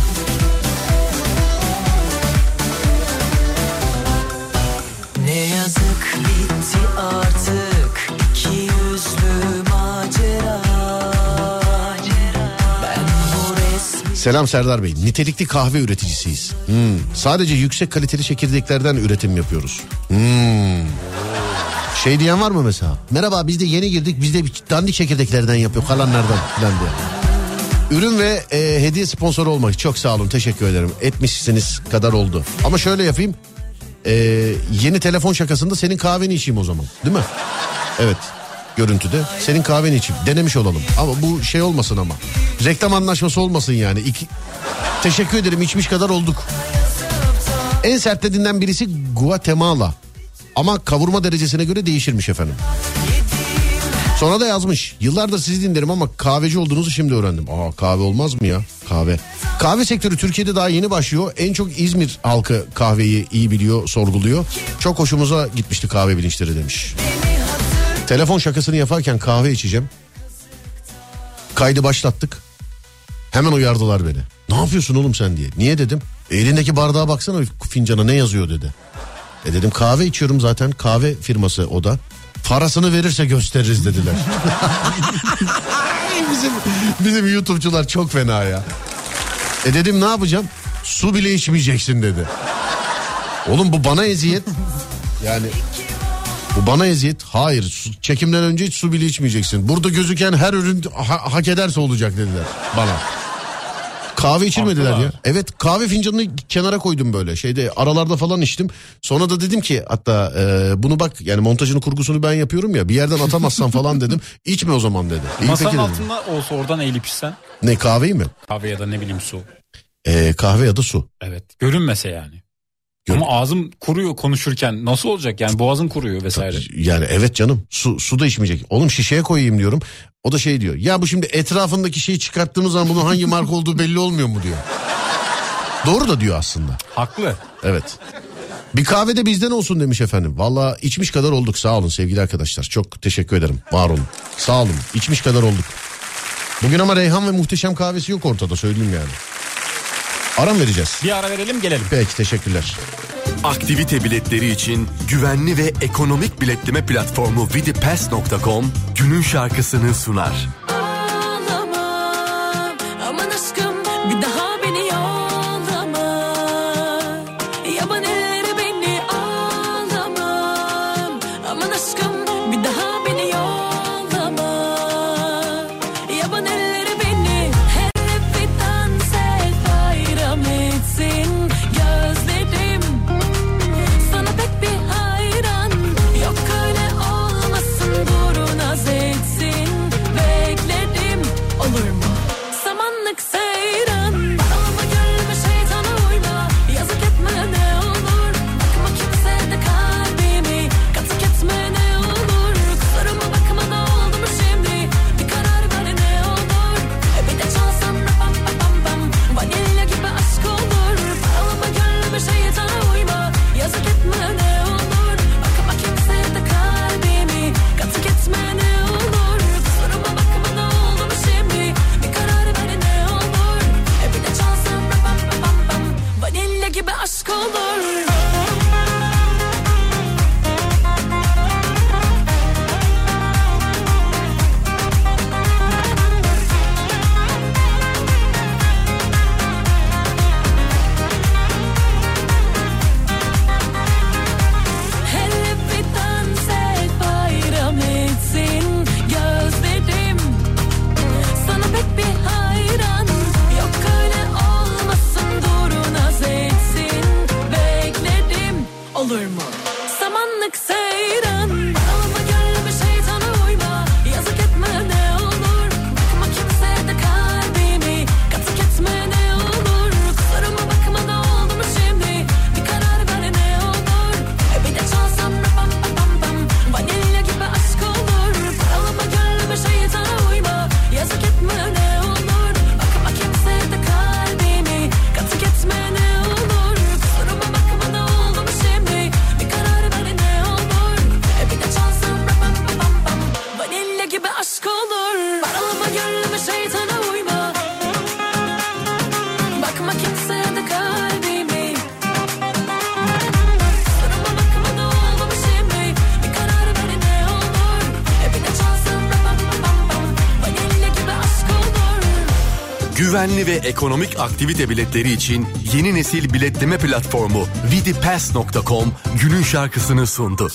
Ne yazık bitti artık iki yüzlü macera. Ben bu resmi... Selam Serdar Bey. Nitelikli kahve üreticisiyiz. Hmm. Sadece yüksek kaliteli çekirdeklerden üretim yapıyoruz. Hmm. Şey diyen var mı mesela? Merhaba, biz de yeni girdik, biz de dandik çekirdeklerden yapıyor, kalanlardan falan diye. Ürün ve e, hediye sponsoru olmak çok sağ olun, teşekkür ederim. Etmişsiniz kadar oldu. Ama şöyle yapayım. E, yeni telefon şakasında senin kahveni içeyim o zaman, değil mi? Evet, görüntüde senin kahveni içeyim, denemiş olalım. Ama bu şey olmasın ama. Reklam anlaşması olmasın yani. İki... Teşekkür ederim, içmiş kadar olduk. En sertlerinden birisi Guatemala. Ama kavurma derecesine göre değişirmiş efendim. Sonra da yazmış. Yıllardır sizi dinlerim ama kahveci olduğunuzu şimdi öğrendim. Aa, kahve olmaz mı ya? Kahve. Kahve sektörü Türkiye'de daha yeni başlıyor. En çok İzmir halkı kahveyi iyi biliyor, sorguluyor. Çok hoşumuza gitmişti kahve bilinçleri demiş. Telefon şakasını yaparken kahve içeceğim. Kaydı başlattık. Hemen uyardılar beni. Ne yapıyorsun oğlum sen diye. Niye dedim. Elindeki bardağa baksana, fincana ne yazıyor dedi. E dedim kahve içiyorum zaten, kahve firması o da. Parasını verirse gösteririz dediler. bizim, bizim YouTube'cular çok fena ya. E dedim ne yapacağım? Su bile içmeyeceksin dedi. Oğlum bu bana eziyet. Yani bu bana eziyet. Hayır, su, çekimden önce hiç su bile içmeyeceksin. Burada gözüken her ürün ha, hak ederse olacak dediler bana. Kahve içirmediler ya. Evet, kahve fincanını kenara koydum böyle şeyde, aralarda falan içtim. Sonra da dedim ki hatta e, bunu bak yani montajını, kurgusunu ben yapıyorum ya, bir yerden atamazsan falan dedim. İçme o zaman dedi. İyi Masanın peki dedim. altında olsa oradan eğilip içsen. Ne, kahveyi mi? Kahve ya da ne bileyim su. E, kahve ya da su. Evet, görünmese yani. Gör- Ama ağzım kuruyor konuşurken, nasıl olacak yani, boğazın kuruyor vesaire. Yani evet canım, su, su da içmeyecek. Oğlum şişeye koyayım diyorum. O da şey diyor. Ya bu şimdi etrafındaki şeyi çıkarttığımız zaman bunun hangi marka olduğu belli olmuyor mu diyor. Doğru da diyor aslında. Haklı. Evet. Bir kahve de bizden olsun demiş efendim. Valla içmiş kadar olduk, sağ olun sevgili arkadaşlar. Çok teşekkür ederim, var olun. Sağ olun, içmiş kadar olduk. Bugün ama Reyhan ve Muhteşem Kahvesi yok ortada, söyleyeyim yani. Ara mı vereceğiz? Bir ara verelim, gelelim. Peki, teşekkürler. Aktivite biletleri için güvenli ve ekonomik biletleme platformu vidipass nokta com günün şarkısını sunar. Ağlamam, aman aşkım bir daha beni yollama. Yaban elleri beni ağlamam. Aman aşkım bir daha beni yollama. Yaban elleri beni her bir dans et, bayram etsin gözlerim. Sana pek bir hayran yok, öyle olmasın, dur naz etsin. Bekledim, olur mu? Samanlık seyran. Alma gönlüme, şeytana uyma. Yazık etme ne olur. Bakma kimse de kalbimi katık etme ne olur. Kusuruma bakma da oldu mu şimdi? Bir karar ver ne olur. E bir de çalsam pam pam pam pam. Vanilya gibi aşk olur. Alma gönlüme, şeytana uyma. Yazık etme ne olur. Bakma kimse de kalbimi katık etme ne olur. Kusuruma bakma da oldu mu şimdi? Bir karar ver ne olur. E bir de çalsam pam pam pam pam. Vanilya gibi aşk olur. Hele bir dans et, bayram etsin gözlerim. Sana pek bir hayran yok, öyle olmasın, dur naz etsin. Bekledim, olur mu? Samanlık seyran. Alma gönlüme, şeytana uyma. Yazık etme ne olur. Bakma kimse de kalbimi katık etme ne olur. Kusuruma bakma da oldu mu şimdi? Bir karar ver ne olur. E bir de çalsam pam pam pam pam. Vanilya gibi aşk olur. Alma gönlüme, şeytana uyma. Yazık etme ne olur. Bakma kimse de kalbimi katık etme ne olur. Kusuruma bakma da oldu mu şimdi? Bir karar ver ne olur. E bir de çalsam pam pam pam pam. Vanilya gibi aşk olur. Alma gönlüme, şeytana uyma. Bakma kimse de kalbimi. Kusuruma bakma da oldu mu şimdi? Bir karar ver ne olur. E bir de çalsam pam pam pam pam. Vanilya gibi aşk olur. Güvenli ve ekonomik aktivite biletleri için yeni nesil biletleme platformu vidipass nokta com günün şarkısını sundu.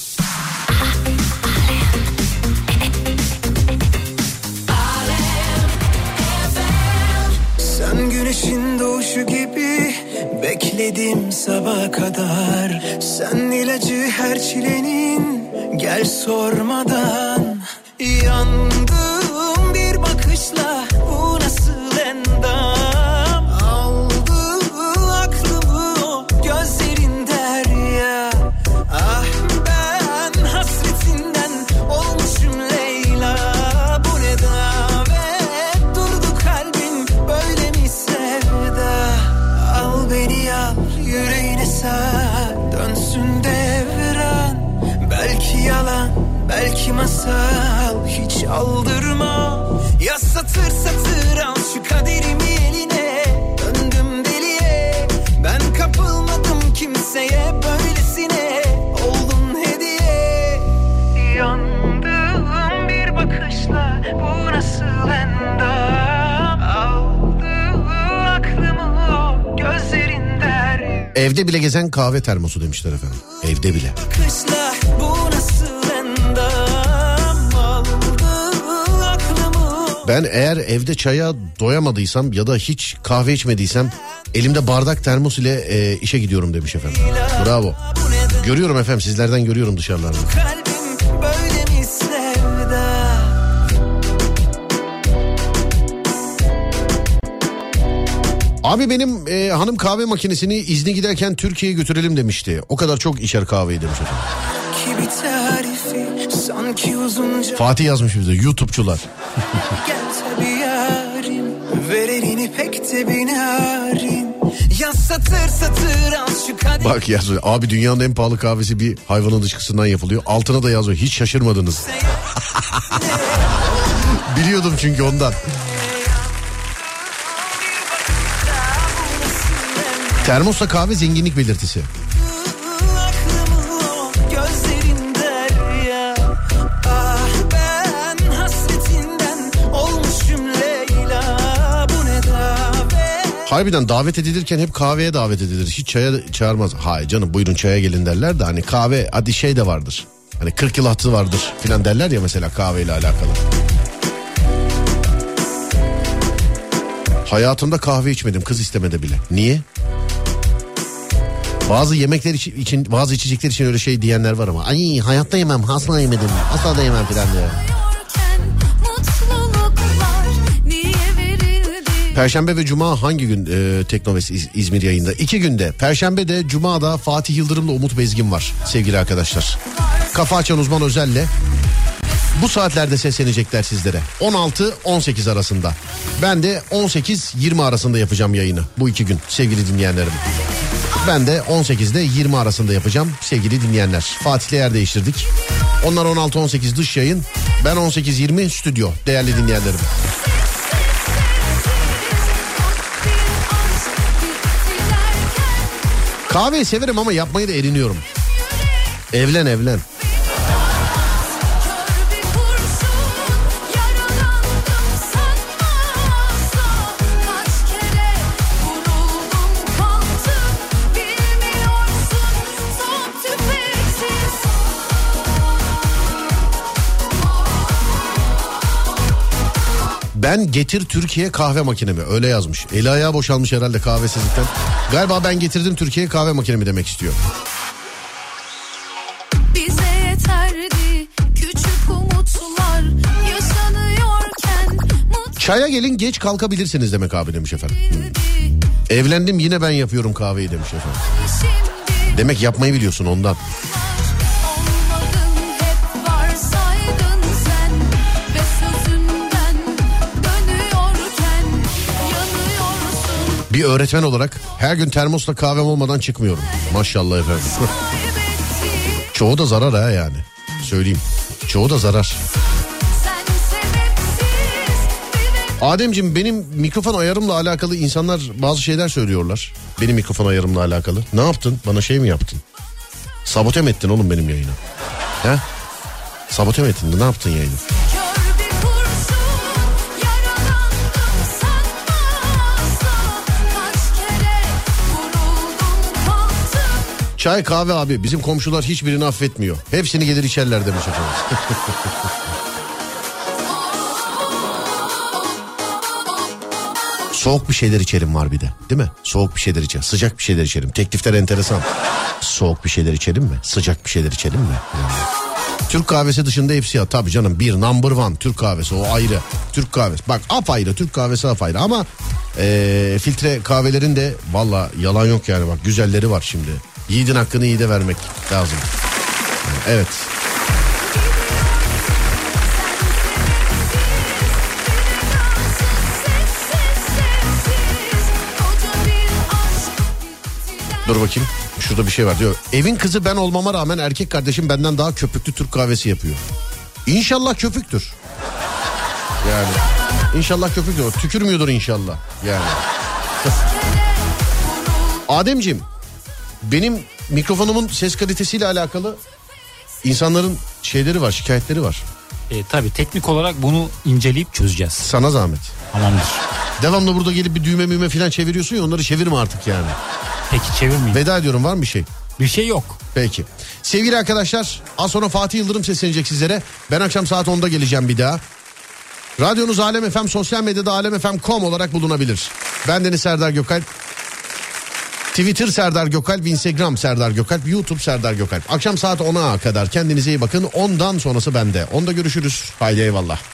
Sen güneşin doğuşu gibi bekledim sabaha kadar. Sen ilacı her çilenin, gel sormadan. Yandım bir bakışla, bu nasıl endam. Aldı aklımı o gözlerin derya. Ah ben hasretinden olmuşum Leyla. Bu ne davet, durdu kalbin böyle mi sevda? Al beni al yüreğine sar, dönsün devran. Belki yalan, belki masal, hiç aldırma. Ya satır satır al şu kaderimi eline. Döndüm deliye, ben kapılmadım kimseye, böylesine oldun hediye. Yandım bir bakışla, bu nasıl endam. Aldı aklımı o gözlerin der. Evde bile gezen kahve termosu demişler efendim. Evde bile. Bakışla, bu nasıl endam. Aldı aklımı. Ben eğer evde çaya doyamadıysam ya da hiç kahve içmediysem elimde bardak termos ile e, işe gidiyorum demiş efendim. Bravo. Görüyorum efendim, sizlerden görüyorum dışarılarda. Kalbim böyle mi sevda? Abi benim e, hanım kahve makinesini izni giderken Türkiye'ye götürelim demişti. O kadar çok içer kahveyi demiş efendim. Ki bir tarifi sanki uzunca. Fatih yazmış bize, YouTube'çular. Gel tabii yarim, ver elini pek de binarim. Ya satır satır al şu kader. Bak yazıyor, abi dünyanın en pahalı kahvesi bir hayvanın dışkısından yapılıyor. Altına da yazıyor, hiç şaşırmadınız. Biliyordum çünkü ondan. Termosla kahve zenginlik belirtisi. Harbiden davet edilirken hep kahveye davet edilir. Hiç çaya çağırmaz. Hayır canım, buyurun çaya gelin derler de hani kahve hadi şey de vardır. Hani kırk yıl hatırı vardır filan derler ya mesela kahveyle alakalı. Hayatımda kahve içmedim, kız istemedi bile. Niye? Bazı yemekler için, bazı içecekler için öyle şey diyenler var ama. Ay hayatta yemem, asla yemedim, asla da yemem filan diye. Perşembe ve Cuma hangi gün e, Teknovest İz, İzmir yayında? İki günde. Perşembe'de, Cuma'da Fatih Yıldırım'la Umut Bezgin var sevgili arkadaşlar. Kafa Açan Uzman Özel'le bu saatlerde seslenecekler sizlere. on altı on sekiz arasında. Ben de on sekiz yirmi arasında yapacağım yayını bu iki gün sevgili dinleyenlerim. Ben de on sekizde yirmi arasında yapacağım sevgili dinleyenler. Fatih'le yer değiştirdik. Onlar on altı on sekiz dış yayın. Ben on sekiz yirmi stüdyo değerli dinleyenlerim. Kahveyi severim ama yapmayı da eriniyorum. Evlen evlen. Ben getir Türkiye kahve makinemi, öyle yazmış. Eli ayağı boşalmış herhalde kahvesizlikten. Galiba ben getirdim Türkiye kahve makinemi demek istiyor. Bize yeterdi küçük umutlar yaşanıyorken. Çaya gelin geç kalkabilirsiniz demek abi demiş efendim. Hmm. Evlendim yine ben yapıyorum kahveyi demiş efendim. Demek yapmayı biliyorsun ondan. Bir öğretmen olarak her gün termosla kahvem olmadan çıkmıyorum. Maşallah efendim. Çoğu da zarar ha yani. Söyleyeyim. Çoğu da zarar. Ademciğim, benim mikrofon ayarımla alakalı insanlar bazı şeyler söylüyorlar. Benim mikrofon ayarımla alakalı. Ne yaptın? Bana şey mi yaptın? Sabote mi ettin oğlum benim yayını? He? Sabote mi ettin? Ne yaptın yayını? Çay kahve abi, bizim komşular hiçbirini affetmiyor. Hepsini gelir içerler demiş efendim. Soğuk bir şeyler içerim var bir de, değil mi? Soğuk bir şeyler içerim, sıcak bir şeyler içerim. Teklifler enteresan. Soğuk bir şeyler içelim mi? Sıcak bir şeyler içelim mi? Yani. Türk kahvesi dışında hepsi ya. Tabii canım, bir number one Türk kahvesi, o ayrı. Türk kahvesi bak apayrı, Türk kahvesi apayrı ama ee, filtre kahvelerin de valla yalan yok yani, bak güzelleri var şimdi. Yiğidin hakkını yiğide vermek lazım. Evet. Dur bakayım. Şurada bir şey var diyor. Evin kızı ben olmama rağmen erkek kardeşim benden daha köpüklü Türk kahvesi yapıyor. İnşallah köpüktür. Yani inşallah köpüktür. Tükürmüyordur inşallah. Yani. Ademciğim, benim mikrofonumun ses kalitesiyle alakalı insanların şeyleri var, şikayetleri var. E, tabii teknik olarak bunu inceleyip çözeceğiz. Sana zahmet. Tamamdır. Devamlı burada gelip bir düğme müğme falan çeviriyorsun ya, onları çevirme artık yani. Peki çevirmeyeyim. Veda ediyorum, var mı bir şey? Bir şey yok. Peki. Sevgili arkadaşlar, az sonra Fatih Yıldırım seslenecek sizlere. Ben akşam saat onda geleceğim bir daha. Radyonuz Alem F M, sosyal medyada alemfm nokta com olarak bulunabilir. Ben Deniz Serdar Gökalp. Twitter Serdar Gökalp, Instagram Serdar Gökalp, YouTube Serdar Gökalp. Akşam saat ona kadar kendinize iyi bakın. Ondan sonrası bende. Onda görüşürüz. Haydi eyvallah.